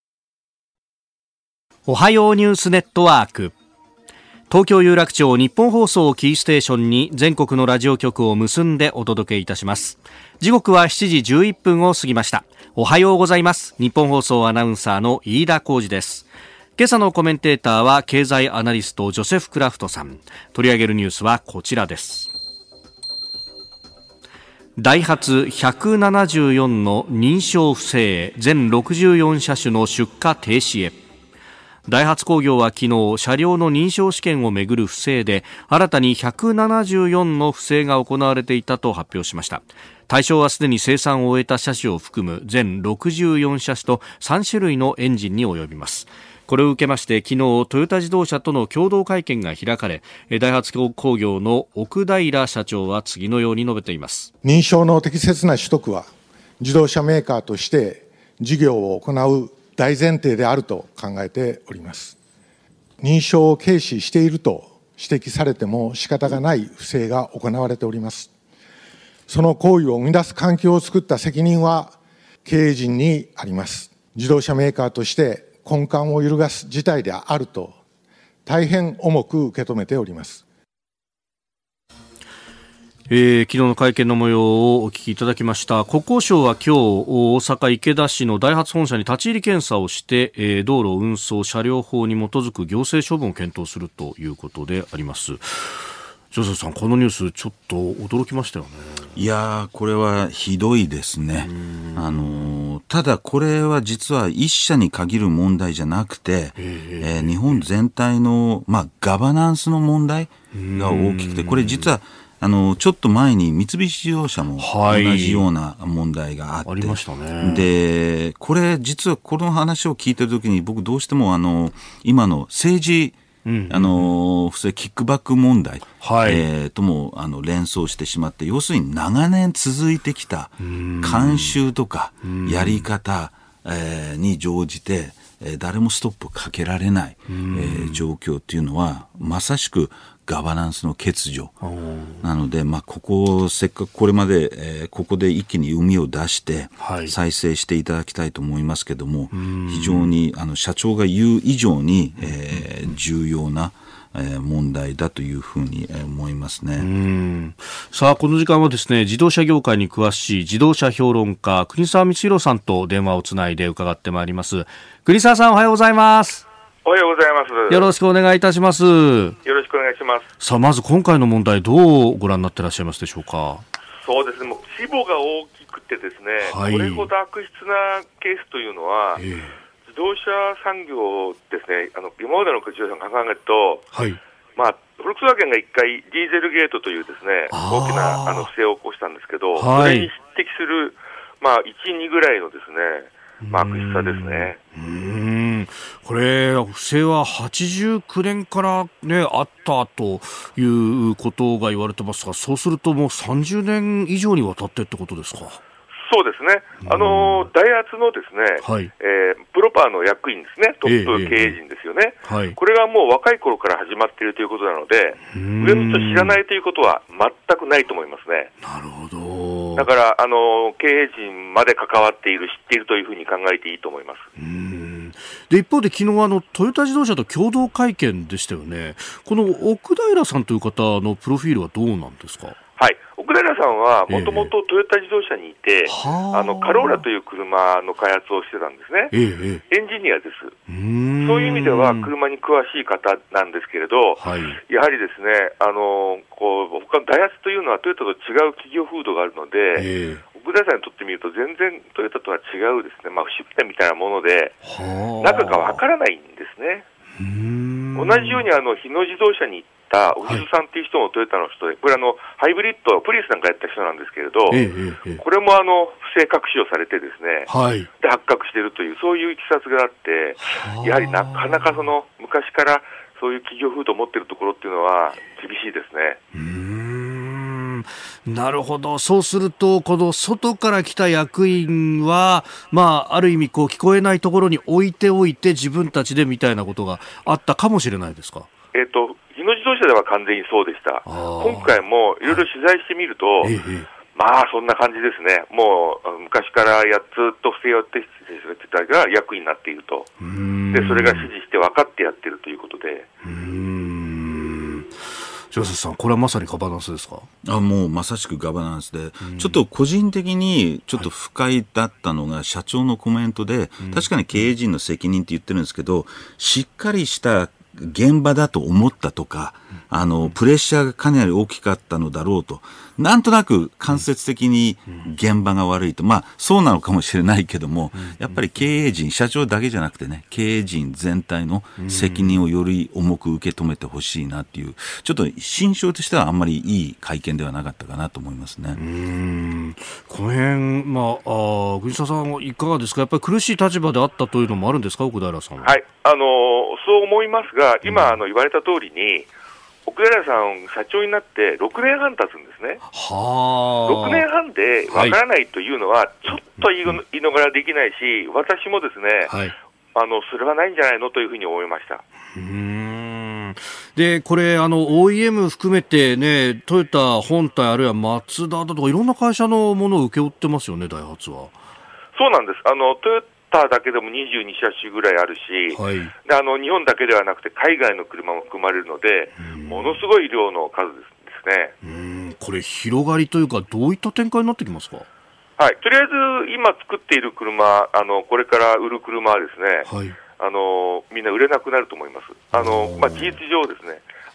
おはようニュースネットワーク、東京有楽町日本放送キーステーションに全国のラジオ局を結んでお届けいたします。時刻はしちじじゅういっぷんを過ぎました。おはようございます。日本放送アナウンサーの飯田浩司です。今朝のコメンテーターは経済アナリストジョセフ・クラフトさん。取り上げるニュースはこちらです。ダイハツひゃくななじゅうよんの認証不正、全ろくじゅうよんしゃしゅの出荷停止へ。ダイハツ工業は昨日車両の認証試験をめぐる不正で新たにひゃくななじゅうよんの不正が行われていたと発表しました。対象はすでに生産を終えた車種を含む全ろくじゅうよんしゃしゅとさんしゅるいのエンジンに及びます。これを受けまして昨日トヨタ自動車との共同会見が開かれ、ダイハツ工業の奥平社長は次のように述べています。 認証の適切な取得は自動車メーカーとして事業を行う大前提であると考えております。認証を軽視していると指摘されても仕方がない不正が行われております。その行為を生み出す環境を作った責任は経営陣にあります。自動車メーカーとして根幹を揺るがす事態であると大変重く受け止めております。 えー、昨日の会見の模様をお聞きいただきました。国交省は今日大阪池田市のダイハツ本社に立ち入り検査をして、えー、道路運送車両法に基づく行政処分を検討するということであります。 ジョセフさん、このニュースちょっと驚きましたよね。 いやー、これはひどいですね。あのー、ただこれは実は一社に限る問題じゃなくて、えー、日本全体の、まあ、ガバナンスの問題が大きくて、これ実はあのちょっと前に三菱自動車も同じような問題があって、 はい、ありましたね。 でこれ実はこの話を聞いてるときに僕どうしてもあの今の政治うんあの不正キックバック問題、はいえー、ともあの連想してしまって、要するに長年続いてきた慣習とかやり方、えー、に乗じて、えー、誰もストップかけられない、えー、状況っていうのはまさしくガバナンスの欠如なので、まあ、ここをせっかくこれまで、えー、ここで一気に膿を出して再生していただきたいと思いますけども、はい、非常にあの社長が言う以上に、えー、重要な問題だというふうに思いますね。 うんさあ、この時間はですね、自動車業界に詳しい自動車評論家国沢光弘さんと電話をつないで伺ってまいります。国沢さん、おはようございます。 おはようございます。 よろしくお願いいたします。 よろしくお願いします。 さあ、まず今回の問題、どうご覧になっていらっしゃいますでしょうか。 そうですね、もう規模が大きくてですね、はい、これほど悪質なケースというのは、えー、自動車産業ですね、あの今までの自動車を考えると、はいまあ、フォルクスワーゲンがいっかいディーゼルゲートというですね大きなあの不正を起こしたんですけど、はい、それに匹敵する、まあ、いち、にぐらいのですね、まあ、悪質さですね。 うーんこれ不正ははちじゅうきゅうねんから、ね、あったということが言われてますが、そうするともうさんじゅうねん以上にわたってってことですか。 そうですね、あのダイハツのですね、はいえー、プロパーの役員ですね、トップ経営陣ですよね、えーえーはい、これがもう若い頃から始まっているということなので、上の人知らないということは全くないと思いますね。 なるほど。 だからあの経営陣まで関わっている、知っているというふうに考えていいと思います。 うーんで一方で昨日あのトヨタ自動車と共同会見でしたよね。この奥平さんという方のプロフィールはどうなんですか。 はい、奥平さんはもともとトヨタ自動車にいて、えー、あのカローラという車の開発をしてたんですね、えー、エンジニアです。うーんそういう意味では車に詳しい方なんですけれど、はい、やはりですね、あのこう他のダイハツというのはトヨタと違う企業風土があるので、えー、奥平さんにとってみると全然トヨタとは違うですね、まあ、不思議みたいなもので中がわからないんですね。うーん同じようにあの日野自動車に行ったおじさんっていう人もトヨタの人で、これあのハイブリッドプリウスなんかやった人なんですけれど、ええええ、これもあの不正隠しをされてですね、はい、で発覚しているというそういういきさつがあって、やはりなかなかその昔からそういう企業風土を持っているところっていうのは厳しいですね。 うーんなるほど。そうするとこの外から来た役員は、まあ、ある意味こう聞こえないところに置いておいて自分たちでみたいなことがあったかもしれないですか。 えーと日野自動車では完全にそうでした。今回もいろいろ取材してみると、はいええ、まあそんな感じですね。もう昔からやずっと不正をやってきたが役員になっていると。でそれが指示して分かってやっているということで。うーんジョセフさん、これはまさにガバナンスですか。 あもうまさしくガバナンスで、ちょっと個人的にちょっと不快だったのが社長のコメントで、はい、確かに経営陣の責任って言ってるんですけど、しっかりした現場だと思ったとか、あのプレッシャーがかなり大きかったのだろうと、なんとなく間接的に現場が悪いと、まあそうなのかもしれないけども、やっぱり経営陣、社長だけじゃなくてね、経営陣全体の責任をより重く受け止めてほしいなっていう、ちょっと心象としてはあんまりいい会見ではなかったかなと思いますね。うーんこの辺、まあ、あ国沢さんいかがですか。やっぱり苦しい立場であったというのもあるんですか、奥平さんは。 はい、あのそう思いますが、今あの言われた通りに奥平さん社長になってろくねんはん経つんですね。はろくねんはんでわからないというのはちょっと言い逃れできないし、私もですね、はい、あのそれはないんじゃないのというふうに思いました。 うーんでこれあの オーイーエム 含めてね、トヨタ本体あるいはマツダだとかいろんな会社のものを請け負ってますよね、ダイハツは。 そうなんです。あのトヨタだけでもにじゅうにしゃしゅぐらいあるし、はい、であの日本だけではなくて海外の車も含まれるので、ものすごい量の数ですね。 うーんこれ広がりというかどういった展開になってきますか。 はい、とりあえず今作っている車、あのこれから売る車はですね、はい、あのみんな売れなくなると思います。あの、まあ、事実上ですね、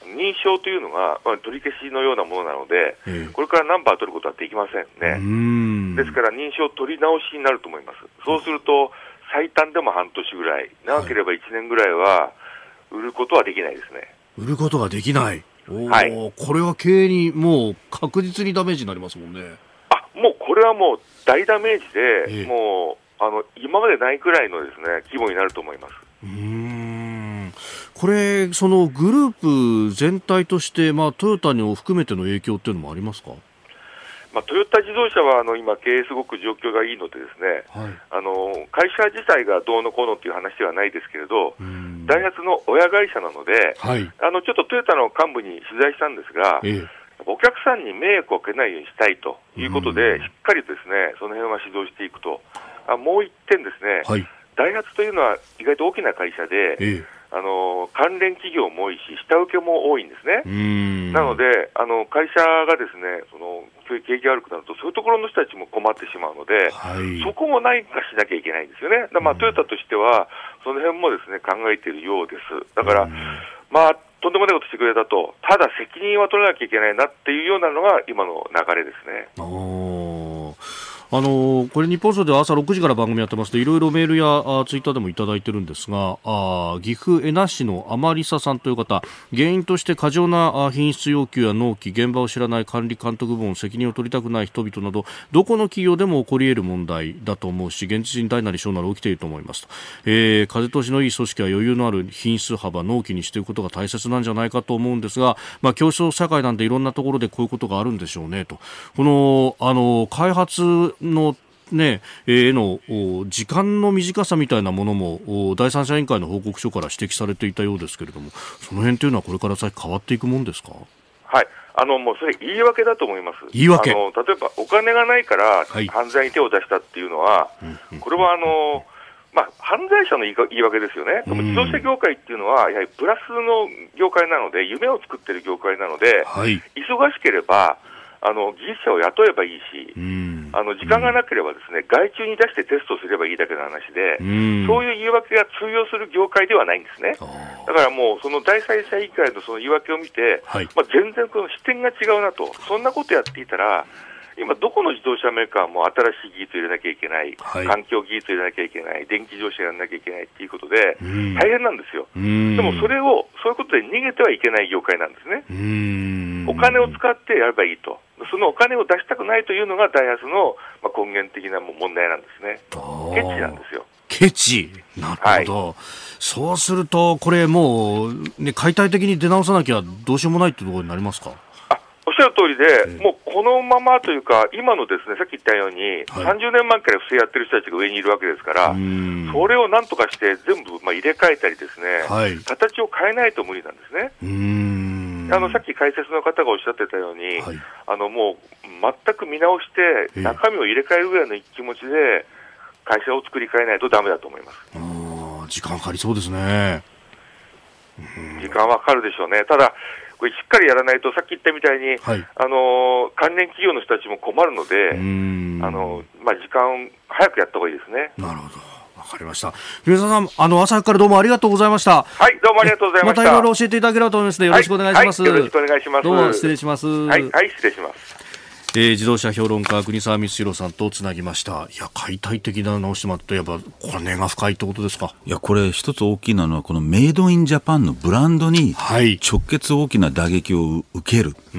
認証というのが、まあ、取り消しのようなものなので、えー、これからナンバー取ることはできませんね。うーん、ですから認証取り直しになると思います。そうすると最短でも半年ぐらい、長ければいちねんぐらいは売ることはできないですね。 売ることができない。お、はい、これは経営にもう確実にダメージになりますもんね。 あ、もうこれはもう大ダメージで、えー、もうあの今までないくらいのですね規模になると思います。 うーん、これそのグループ全体として、まあ、トヨタを含めての影響っていうのもありますか？ まあ、トヨタ自動車はあの今経営すごく状況がいいのでですね、はい、あの会社自体がどうのこうのという話ではないですけれど、ダイハツの親会社なので、はい、あのちょっとトヨタの幹部に取材したんですが、ええ、お客さんに迷惑をかけないようにしたいということで、しっかりとですねその辺は指導していくと。あ、もう一点ですね、はい、ダイハツというのは意外と大きな会社で、ええ、あの関連企業も多いし下請けも多いんですね。なのであの会社がですねその景気が悪くなるとそういうところの人たちも困ってしまうので、はい、そこも何かしなきゃいけないんですよね。だ、まあ、トヨタとしてはその辺もですね考えているようです。だからまあとんでもないことしてくれたと、ただ責任は取らなきゃいけないなっていうようなのが今の流れですね。 おあのこれ日本放送では朝ろくじから番組やってますといろいろメールやあツイッターでもいただいてるんですが、あ岐阜恵那市のアマリサさんという方、原因として過剰な品質要求や納期、現場を知らない管理監督部門、責任を取りたくない人々などどこの企業でも起こり得る問題だと思うし、現実に大なり小なり起きていると思いますと、えー、風通しのいい組織は余裕のある品質幅、納期にしていくことが大切なんじゃないかと思うんですが、まあ、競争社会なんでいろんなところでこういうことがあるんでしょうねと。このあの開発のね、えー、の時間の短さみたいなものも第三者委員会の報告書から指摘されていたようですけれども、その辺というのはこれから先変わっていくもんですか？ はい、あのもうそれ言い訳だと思います。 言い訳。 あの例えばお金がないから犯罪に手を出したっていうのは、はい、これはあの、まあ、犯罪者の言い訳ですよね。でも自動車業界っていうのはやはりプラスの業界なので、夢を作っている業界なので、はい、忙しければあの技術者を雇えばいいし、あの時間がなければですね、外注に出してテストすればいいだけの話で、そういう言い訳が通用する業界ではないんですね。だからもうその第三者委員会のその言い訳を見て、はい、まあ、全然この視点が違うなと。そんなことやっていたら今どこの自動車メーカーも新しい技術を入れなきゃいけない、はい、環境技術を入れなきゃいけない、電気自動車やらなきゃいけないっていうことで大変なんですよ。でもそれをそういうことで逃げてはいけない業界なんですね。うーん、お金を使ってやればいいと。そのお金を出したくないというのがダイハツの根源的な問題なんですね。ケチなんですよ。 ケチ。なるほど、はい、そうするとこれもう、ね、解体的に出直さなきゃどうしようもないというところになりますか？ おっしゃる通りで、もうこのままというか、今のですね、さっき言ったように、はい、さんじゅうねんまえから不正やってる人たちが上にいるわけですから、それをなんとかして全部まあ入れ替えたりですね、はい、形を変えないと無理なんですね。うーん、あのさっき解説の方がおっしゃってたように、はい、あのもう全く見直して中身を入れ替えるぐらいの気持ちで会社を作り変えないとダメだと思います。 あ、時間かかりそうですね。 時間はかかるでしょうね。ただこれしっかりやらないと、さっき言ったみたいに、はい、あの関連企業の人たちも困るので、あの、まあ、時間早くやった方がいいですね。 なるほど、わかりました。古澤さん、あの朝からどうもありがとうございました。 はい、どうもありがとうございました。 またいろいろ教えていただければと思いますので、よろしくお願いします。 はいはい、よろしくお願いします。 どうも失礼します。 はい、はい、失礼します。 えー、自動車評論家国沢光弘さんとつなぎました。いや、解体的な直してもらって、やっぱこれ根が深いってことですか？ いや、これ一つ大きなのはこのメイドインジャパンのブランドに直結大きな打撃を受ける、はい、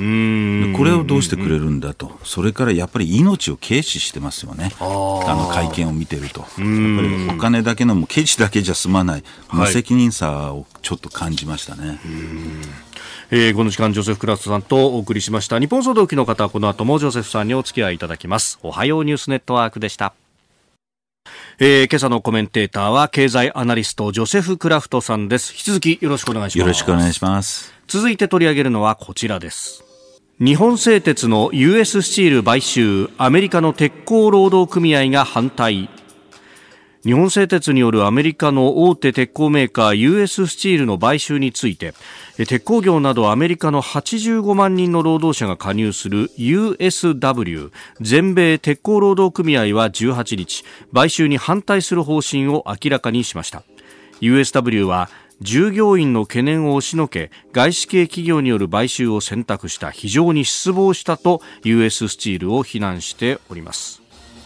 これをどうしてくれるんだと。それからやっぱり命を軽視してますよね。あの会見を見てると、やっぱりお金だけのもケチだけじゃ済まない無責任さをちょっと感じましたね。はい、うん、 えー、この時間ジョセフ・クラフトさんとお送りしました。日本総動機の方はこの後もジョセフさんにお付き合いいただきます。おはようニュースネットワークでした。えー、今朝のコメンテーターは経済アナリストジョセフ・クラフトさんです。引き続きよろしくお願いします。 よろしくお願いします。 続いて取り上げるのはこちらです。日本製鉄の ユーエス スチール買収、アメリカの鉄鋼労働組合が反対。日本製鉄によるアメリカの大手鉄鋼メーカー ユーエス スチールの買収について、鉄鋼業などアメリカのはちじゅうごまんにんの労働者が加入する ユーエスダブリュー 全米鉄鋼労働組合はじゅうはちにち、買収に反対する方針を明らかにしました。 ユーエスダブリュー は従業員の懸念を押しのけ外資系企業による買収を選択した非常に失望したと ユーエス スチールを非難しております。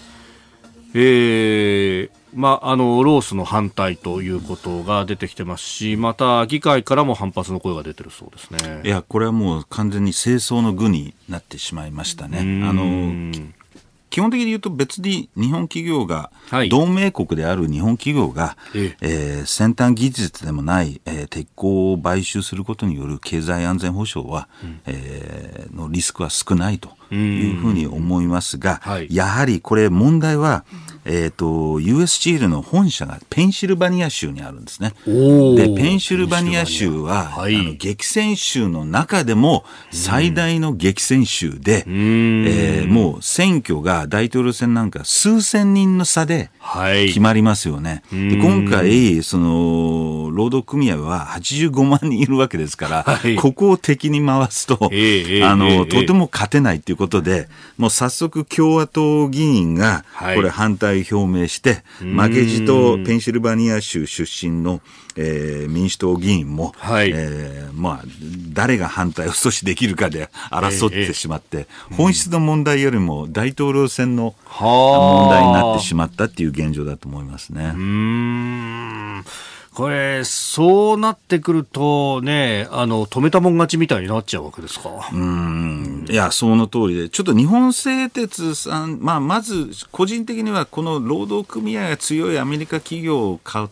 えーまあ、あの労使の反対ということが出てきてますし、また議会からも反発の声が出てるそうですね。 いや、これはもう完全に政争の具になってしまいましたね。あの基本的に言うと別に日本企業が、はい、同盟国である日本企業が、ええー、先端技術でもない、えー、鉄鋼を買収することによる経済安全保障は、うんえー、のリスクは少ないというふうに思いますが、はい、やはりこれ問題は、えーと、ユーエス スチールの本社がペンシルバニア州にあるんですね。でペンシルバニア州は、はい、あの激戦州の中でも最大の激戦州で、えー、もう選挙が大統領選なんか数千人の差で決まりますよね。はい、で今回その労働組合ははちじゅうごまんにんいるわけですから、はい、ここを敵に回すと、えー、あの、えー、とても勝てないということで、もう早速共和党議員がこれ反対を表明して、はい、負けじとペンシルバニア州出身の、えー、民主党議員も、はいえーまあ、誰が反対を阻止できるかで争ってしまって、えーえー、本質の問題よりも大統領選の問題になってしまったっていう現状だと思いますね。 うーんこれそうなってくるとね、あの止めたもん勝ちみたいになっちゃうわけですか。 うーんいやその通りで、ちょっと日本製鉄さん、まあ、まず個人的にはこの労働組合が強いアメリカ企業を買って、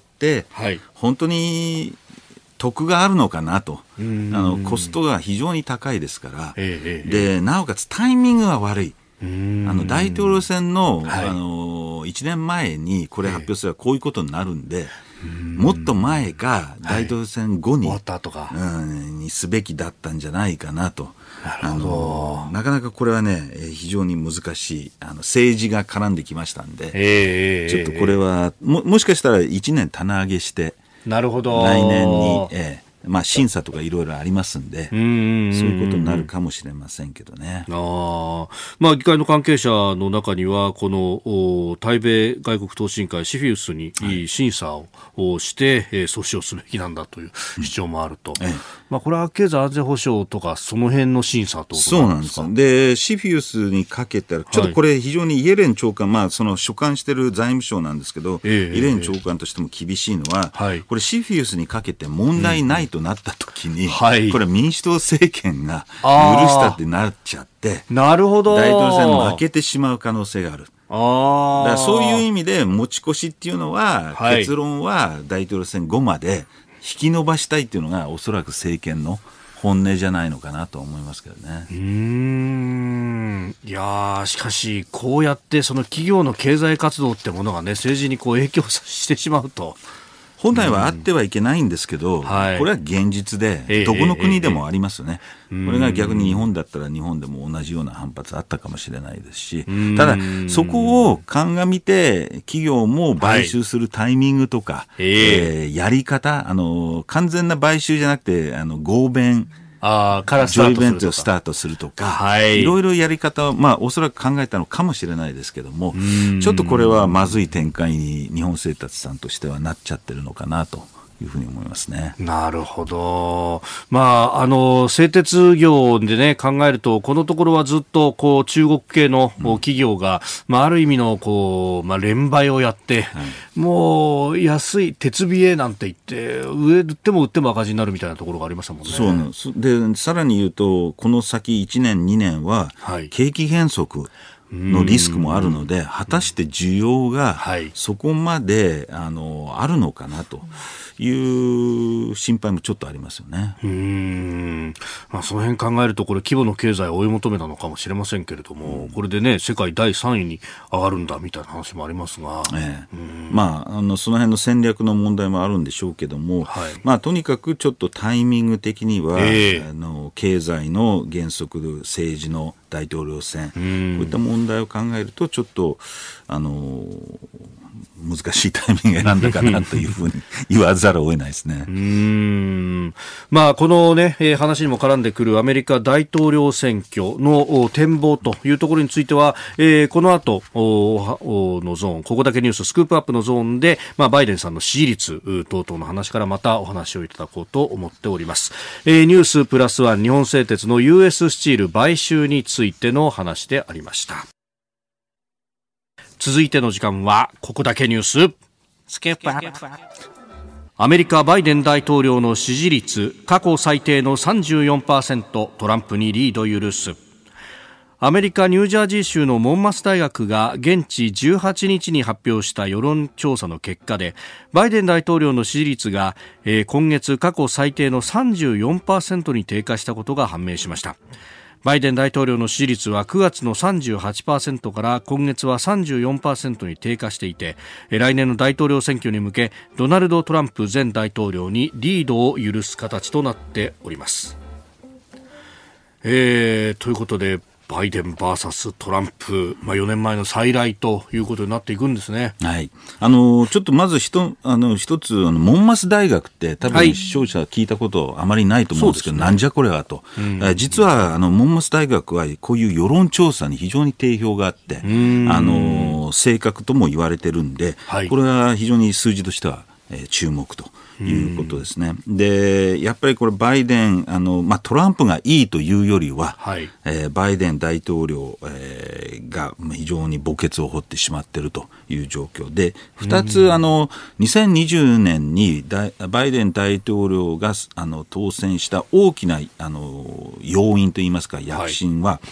はい、本当に得があるのかなと。あのコストが非常に高いですから、ええ、でなおかつタイミングが悪い。あの大統領選 の,、はい、あのいちねんまえにこれ発表すればこういうことになるんで、えー、もっと前か大統領選後に、はい、終わったとか、うん、にすべきだったんじゃないかなと。なるほど。あのなかなかこれはね非常に難しい、あの政治が絡んできましたんで、えー、ちょっとこれは も, もしかしたらいちねん棚上げして、 なるほど、 来年に、えーまあ、審査とかいろいろありますんで、うんうんうんうん、そういうことになるかもしれませんけどね。 あ、まあ、議会の関係者の中にはこの対米外国投資委員会シフィウスに審査をして、はい、えー、阻止をすべきなんだという主張もあると、うんええ、まあ、これは経済安全保障とかその辺の審査とそうなんですか。でシフィウスにかけたらちょっとこれ非常にイエレン長官、まあ、その所管している財務省なんですけど、ええ、イエレン長官としても厳しいのは、はい、これシフィウスにかけて問題ないとなった時に、うんはい、これ民主党政権が許したってなっちゃって、 なるほど、 大統領選も負けてしまう可能性がある。あだからそういう意味で持ち越しっていうのは、はい、結論は大統領選後まで引き延ばしたいっていうのがおそらく政権の本音じゃないのかなと思いますけどね。 うーんいやしかしこうやってその企業の経済活動ってものがね政治にこう影響してしまうと本来はあってはいけないんですけど、うんはい、これは現実でどこの国でもありますね、えーえー、これが逆に日本だったら日本でも同じような反発あったかもしれないですし、ただそこを鑑みて企業も買収するタイミングとか、はいえー、やり方、あの完全な買収じゃなくてあの合弁あからスタートするとか、ジョイベントをスタートするとか、はい、いろいろやり方を、まあ、おそらく考えたのかもしれないですけども、ちょっとこれはまずい展開に日本製鉄さんとしてはなっちゃってるのかなというふうに思いますね。 なるほど。まあ、あの製鉄業でね考えるとこのところはずっとこう中国系の企業が、うんまあ、ある意味のこう、まあ、連売をやって、はい、もう安い鉄冷えなんて言って上売っても売っても赤字になるみたいなところがありましたもんね。 そうなんです。でさらに言うとこの先いちねんにねんは景気減速のリスクもあるので、果たして需要がそこまであのあるのかなという心配もちょっとありますよね。 うーん、まあ、その辺考えるとこれ規模の経済を追い求めたのかもしれませんけれども、うん、これでね世界だいさんいに上がるんだみたいな話もありますが、ええ、 まあ、あのその辺の戦略の問題もあるんでしょうけども、はい、まあ、とにかくちょっとタイミング的には、えー、あの経済の減速、政治の大統領選、こういった問題を考えるとちょっとあの難しいタイミングを選んだかなというふうに言わざるを得ないですね。 うーん、まあ、この、ね、えー、話にも絡んでくるアメリカ大統領選挙の展望というところについては、えー、この後のゾーン、ここだけニューススクープアップのゾーンで、まあ、バイデンさんの支持率等々の話からまたお話をいただこうと思っております。えー、ニュースプラスワン、日本製鉄の ユーエス スチール買収についての話でありました。続いての時間はここだけニューススケープアップ。アメリカバイデン大統領の支持率過去最低の さんじゅうよんパーセント、 トランプにリード許す。アメリカニュージャージー州のモンマス大学が現地じゅうはちにちに発表した世論調査の結果で、バイデン大統領の支持率が、えー、今月過去最低の さんじゅうよんパーセント に低下したことが判明しました。バイデン大統領の支持率はくがつの さんじゅうはちパーセント から今月は さんじゅうよんパーセント に低下していて、来年の大統領選挙に向けドナルド・トランプ前大統領にリードを許す形となっております。えー、ということでバイデン ブイエス トランプ、まあ、よねんまえの再来ということになっていくんですね。 はい、あのちょっとまずひとあの一つあのモンマス大学って多分視聴者は聞いたことあまりないと思うんですけど、はい、なんじゃこれはと、うん、実はあのモンマス大学はこういう世論調査に非常に定評があって、あの正確とも言われてるんで、はい、これは非常に数字としては、えー、注目ということですね。でやっぱりこれバイデンあの、まあ、トランプがいいというよりは、はい、えー、バイデン大統領、えー、が非常に墓穴を掘ってしまっているという状況で、ふたつあのにせんにじゅうねんにバイデン大統領があの当選した大きなあの要因といいますか躍進は、はい、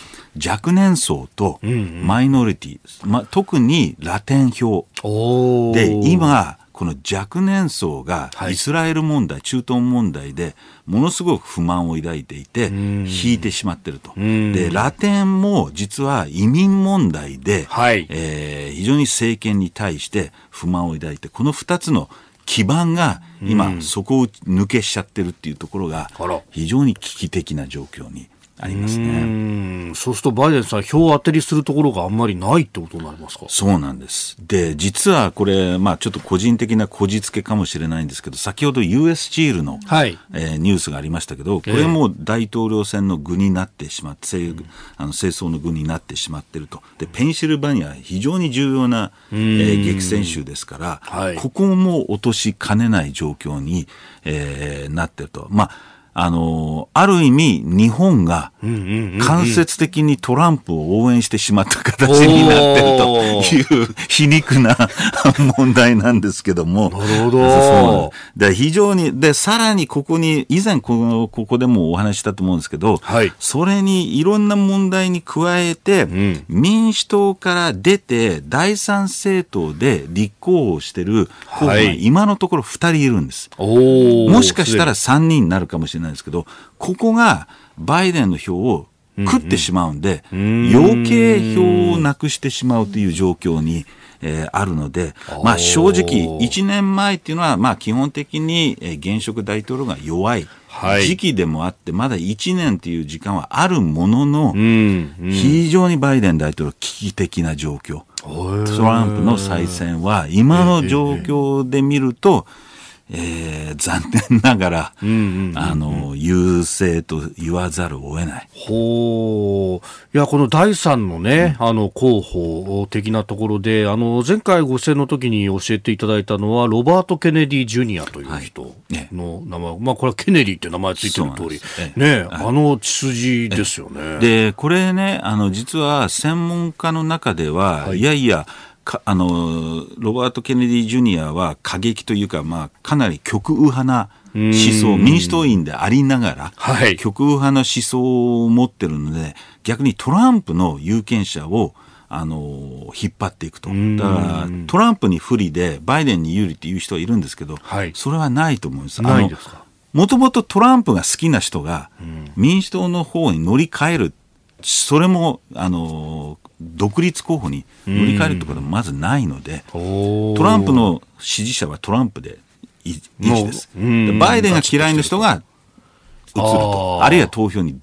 若年層とマイノリティ、うんうん、まあ、特にラテン票で今この若年層がイスラエル問題、はい、中東問題でものすごく不満を抱いていて引いてしまっていると。でラテンも実は移民問題で、はい、えー、非常に政権に対して不満を抱いて、このふたつの基盤が今そこを抜けしちゃってるっていうところが非常に危機的な状況にありますね。 うーん、そうするとバイデンさん票を当てにするところがあんまりないってことになりますか？ そうなんです。で実はこれ、まあ、ちょっと個人的なこじつけかもしれないんですけど、先ほど ユーエス スチールの、はい、えー、ニュースがありましたけど、これも大統領選の具になってしまって、えー、あの政争の具になってしまっていると。でペンシルバニアは非常に重要な、えー、激戦州ですから、はい、ここも落としかねない状況に、えー、なっていると。まああのある意味日本が間接的にトランプを応援してしまった形になっているという皮肉な問題なんですけども、 なるほど。 で非常にでさらにここに以前このここでもお話したと思うんですけど、はい、それにいろんな問題に加えて、うん、民主党から出て第三政党で立候補している候補が今のところふたりいるんです。おもしかしたらさんにんになるかもしれないなんですけど、ここがバイデンの票を食ってしまうんで、うんうん、余計票をなくしてしまうという状況に、えー、あるので、まあ、正直いちねんまえっていうのは、まあ、基本的に、えー、現職大統領が弱い時期でもあって、はい、まだいちねんという時間はあるものの、うんうん、非常にバイデン大統領危機的な状況、トランプの再選は今の状況で見ると、えー、残念ながら、うんうんうんうん、あの優勢と言わざるを得ない。 ほう。いやこのだいさんのね、うん、あの候補的なところで、あの前回ご出演の時に教えていただいたのはロバート・ケネディ・ジュニアという人の名前、はいね、まあこれはケネディって名前ついてる通り、ね、はい、あの血筋ですよね。 でこれね、あの実は専門家の中では、はい、いやいやかあのロバート・ケネディ・ジュニアは過激というか、まあ、かなり極右派な思想、民主党員でありながら、はい、極右派の思想を持ってるので、逆にトランプの有権者をあの引っ張っていくと。だからトランプに不利でバイデンに有利っていう人はいるんですけど、はい、それはないと思うんです。 ないですか。 もともとトランプが好きな人が民主党の方に乗り換える、それもあの独立候補に乗り換えるところはまずないので、トランプの支持者はトランプで維持です。でバイデンが嫌いな人が移ると、あるいは投票に出ないと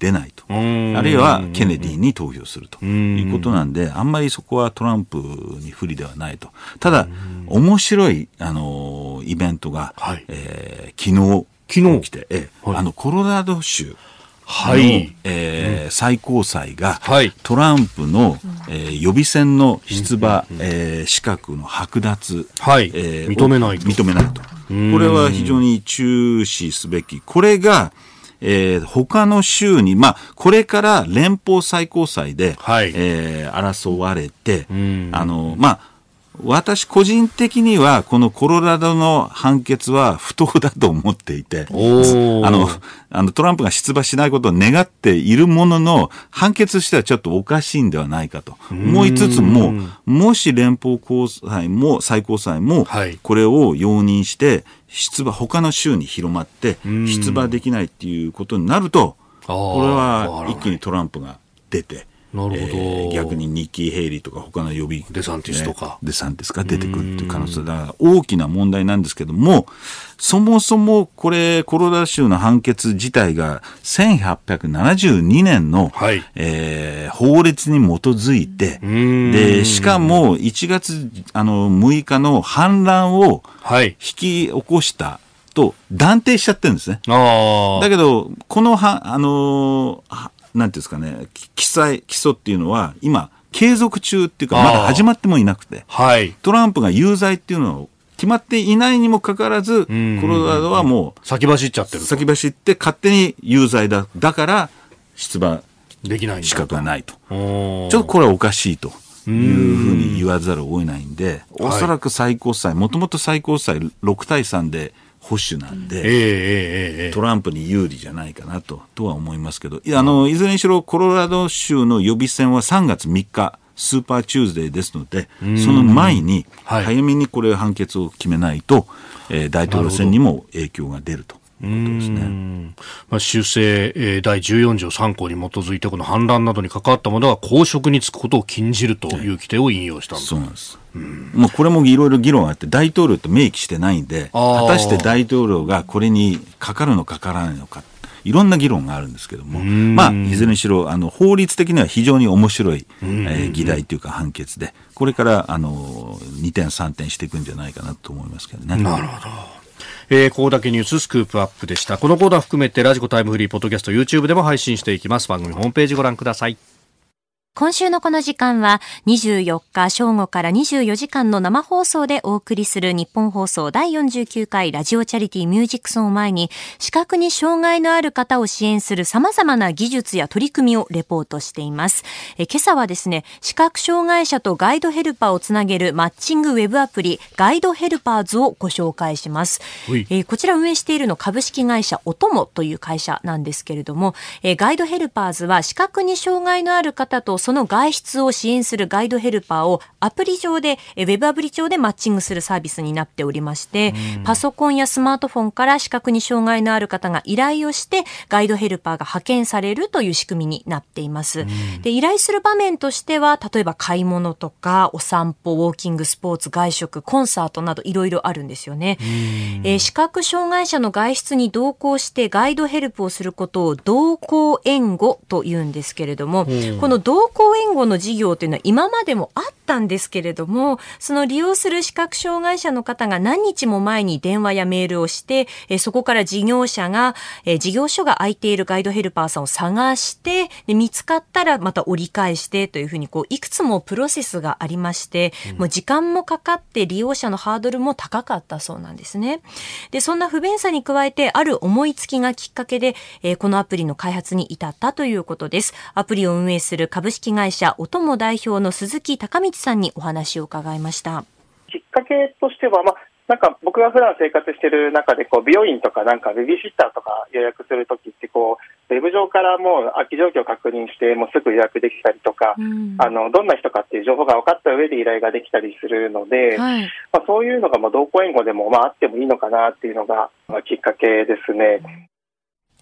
あるいはケネディに投票するということなんで、あんまりそこはトランプに不利ではないと。ただ面白い、あのイベントが、はい、えー、昨日昨日起きて、えーはい、あのコロラド州はい、えーうん、最高裁が、はい、トランプの、えー、予備選の出馬、うんえー、資格の剥奪、 はいえー、 認めないと認めないと。これは非常に注視すべき。これが、えー、他の州に、まあ、これから連邦最高裁で、はいえー、争われて、あの、まあ、私個人的にはこのコロラドの判決は不当だと思っていて、あの、あのトランプが出馬しないことを願っているものの、判決としてはちょっとおかしいんではないかと思いつつも、もし連邦高裁も最高裁もこれを容認して出馬、他の州に広まって出馬できないっていうことになると、これは一気にトランプが出て、 なるほど、 えー、逆にニッキー・ヘイリーとか他の予備デサンティスとか、 ね、デサンティスが出てくるという可能性だから大きな問題なんですけども、そもそもこれコロラド州の判決自体がせんはっぴゃくななじゅうにねんの、はいえー、法律に基づいて、でしかもいちがつあのむいかの反乱を引き起こしたと断定しちゃってるんですね。あだけどこのはあのーなんていうんですかね、記載、起訴っていうのは今継続中っていうかまだ始まってもいなくて、はい、トランプが有罪っていうのを決まっていないにもかかわらず、コロラドはもう先走っちゃってる、 先走って勝手に有罪だ、だから出馬できない資格がないと、ちょっとこれはおかしいというふうに言わざるを得ないんで、おそらく最高裁、もともと最高裁ろくたいさんで保守なんで、えーえー、トランプに有利じゃないかなと、とは思いますけど、いや、あの、いずれにしろコロラド州の予備選はさんがつみっか、スーパーチューズデーですので、その前に、早めにこれ判決を決めないと、えー、大統領選にも影響が出ると。いうことですね。 まあ、修正、えー、だいじゅうよんじょうさんこうに基づいてこの反乱などに関わった者は公職に就くことを禁じるという規定を引用したんだ、 はい、そうなんです。うん、もうこれもいろいろ議論があって大統領と明記してないんで、果たして大統領がこれにかかるのかからないのか、いろんな議論があるんですけども、まあ、いずれにしろあの法律的には非常に面白い、えー、議題というか判決で、これからあのにてんさんてんしていくんじゃないかなと思いますけどね。 なるほど。えー、ここだけニューススクープアップでした。このコーナー含めてラジコタイムフリーポッドキャスト YouTube でも配信していきます。番組ホームページご覧ください。 今週のこの時間はにじゅうよっか正午からにじゅうよじかんの生放送でお送りする日本放送だいよんじゅうきゅうかいラジオチャリティーミュージックソンを前に、視覚に障害のある方を支援する様々な技術や取り組みをレポートしています。え今朝はですね、視覚障害者とガイドヘルパーをつなげるマッチングウェブアプリガイドヘルパーズをご紹介します。えこちら運営しているの株式会社おともという会社なんですけれども、えガイドヘルパーズは視覚に障害のある方とその外出を支援するガイドヘルパーをアプリ上で、ウェブアプリ上でマッチングするサービスになっておりまして、パソコンやスマートフォンから視覚に障害のある方が依頼をしてガイドヘルパーが派遣されるという仕組みになっています。で、依頼する場面としては、例えば買い物とかお散歩、ウォーキング、スポーツ、外食、コンサートなどいろいろあるんですよね。えー、視覚障害者の外出に同行してガイドヘルプをすることを同行援護というんですけれども、この同行援護の事業というのは今までもあったんですけれども、その利用する視覚障害者の方が何日も前に電話やメールをして、えそこから事業者が、え事業所が空いているガイドヘルパーさんを探して、で見つかったらまた折り返してというふうにこういくつもプロセスがありまして、うん、もう時間もかかって利用者のハードルも高かったそうなんですね。で、そんな不便さに加えてある思いつきがきっかけで、えこのアプリの開発に至ったということです。アプリを運営する株式会社おとも代表の鈴木孝道さんにお話を伺いました。 きっかけとしては、まあ、なんか僕が普段生活している中でこう美容院とかなんかベビーシッターとか予約するときってこうウェブ上からもう空き状況を確認してもうすぐ予約できたりとか、うん、あのどんな人かっていう情報が分かった上で依頼ができたりするので、はい、まあ、そういうのがまあ同行援護でもまああってもいいのかなっていうのがまあきっかけですね。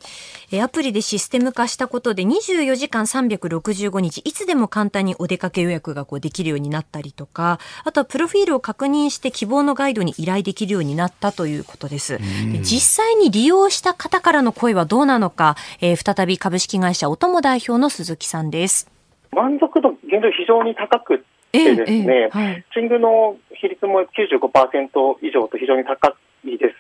えアプリでシステム化したことでにじゅうよじかんさんびゃくろくじゅうごにちいつでも簡単にお出かけ予約がこうできるようになったりとか、あとはプロフィールを確認して希望のガイドに依頼できるようになったということです。で実際に利用した方からの声はどうなのか、えー、再び株式会社おとも代表の鈴木さんです。 満足度現状非常に高くてですね、えええはい、シングの比率も きゅうじゅうごパーセント 以上と非常に高いです。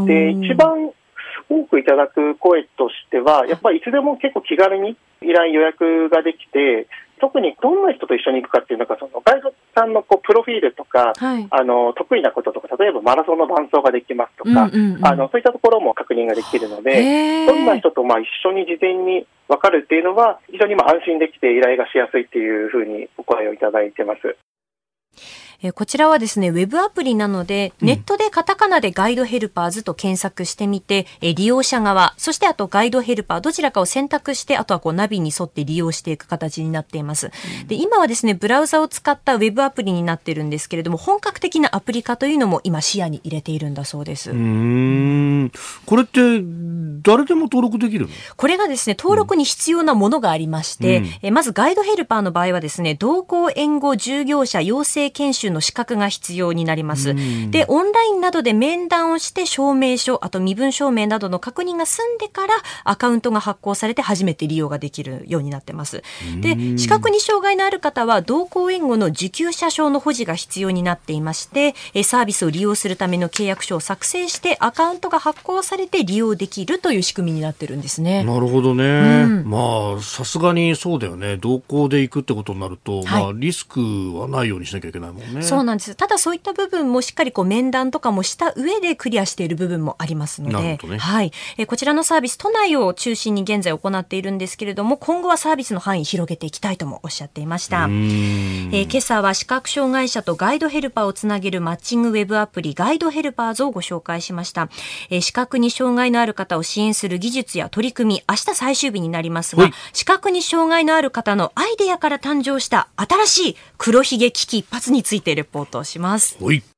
で、一番多くいただく声としては、やっぱりいつでも結構気軽に依頼予約ができて、特にどんな人と一緒に行くかっていうのが、そのガイドさんのこうプロフィールとか、はい、あの得意なこととか、例えばマラソンの伴走ができますとか、うんうんうん、あのそういったところも確認ができるので、どんな人とまあ一緒に事前に分かるっていうのは非常にまあ安心できて依頼がしやすいっていうふうにお声をいただいてます。 えこちらはですね、ウェブアプリなので、ネットでカタカナでガイドヘルパーズと検索してみて、え利用者側、そしてあとガイドヘルパー、どちらかを選択して、あとはこうナビに沿って利用していく形になっています。で、今はですね、ブラウザを使ったウェブアプリになってるんですけれども、本格的なアプリ化というのも今視野に入れているんだそうです。 うーん。これって誰でも登録できるの？ これがですね、登録に必要なものがありまして、うん、えまずガイドヘルパーの場合はですね、同行援護従業者養成研修の資格が必要になります。で、オンラインなどで面談をして証明書、あと身分証明などの確認が済んでからアカウントが発行されて初めて利用ができるようになってます。で、視覚に障害のある方は同行援護の受給者証の保持が必要になっていまして、サービスを利用するための契約書を作成してアカウントが発行されて利用できるという仕組みになってるんですね。 なるほどね。うん、まあさすがにそうだよね。同行で行くってことになると、はい、まあリスクはないようにしなきゃいけないもんね。 そうなんです。ただそういった部分もしっかりこう面談とかもした上でクリアしている部分もありますので、ね、はい、えこちらのサービス都内を中心に現在行っているんですけれども、今後はサービスの範囲広げていきたいともおっしゃっていました。えー、今朝は視覚障害者とガイドヘルパーをつなげるマッチングウェブアプリガイドヘルパーズをご紹介しました。えー、視覚に障害のある方を支援する技術や取り組み、明日最終日になりますが、視覚に障害のある方のアイデアから誕生した新しい黒ひげ危機一髪についてレポートをします。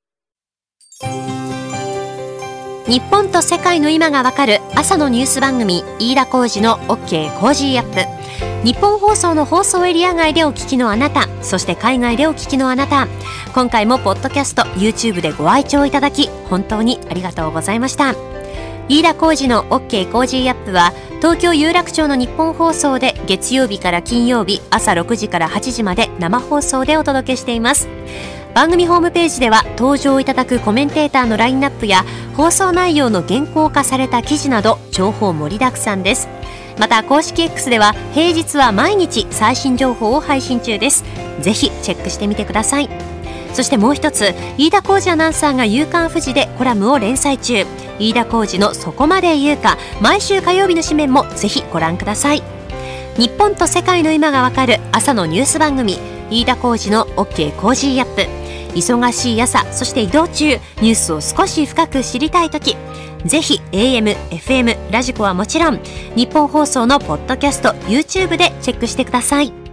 日本と世界の今がわかる朝のニュース番組、飯田浩司の OK コージーアップ。日本放送の放送エリア外でお聞きのあなた、そして海外でお聞きのあなた、今回もポッドキャスト YouTube でご愛聴いただき本当にありがとうございました。飯田浩司の OK コージーアップは東京有楽町の日本放送で月曜日から金曜日朝ろくじからはちじまで生放送でお届けしています。番組ホームページでは登場いただくコメンテーターのラインナップや放送内容の原稿化された記事など情報盛りだくさんです。また公式 X では平日は毎日最新情報を配信中です。ぜひチェックしてみてください。そしてもう一つ、飯田浩司アナウンサーが夕刊フジでコラムを連載中、飯田浩司のそこまで言うか、毎週火曜日の紙面もぜひご覧ください。日本と世界の今がわかる朝のニュース番組、飯田浩司の OK コージーアップ。忙しい朝、そして移動中、ニュースを少し深く知りたいとき、ぜひ エーエム、エフエム、ラジコはもちろん日本放送のポッドキャスト YouTube でチェックしてください。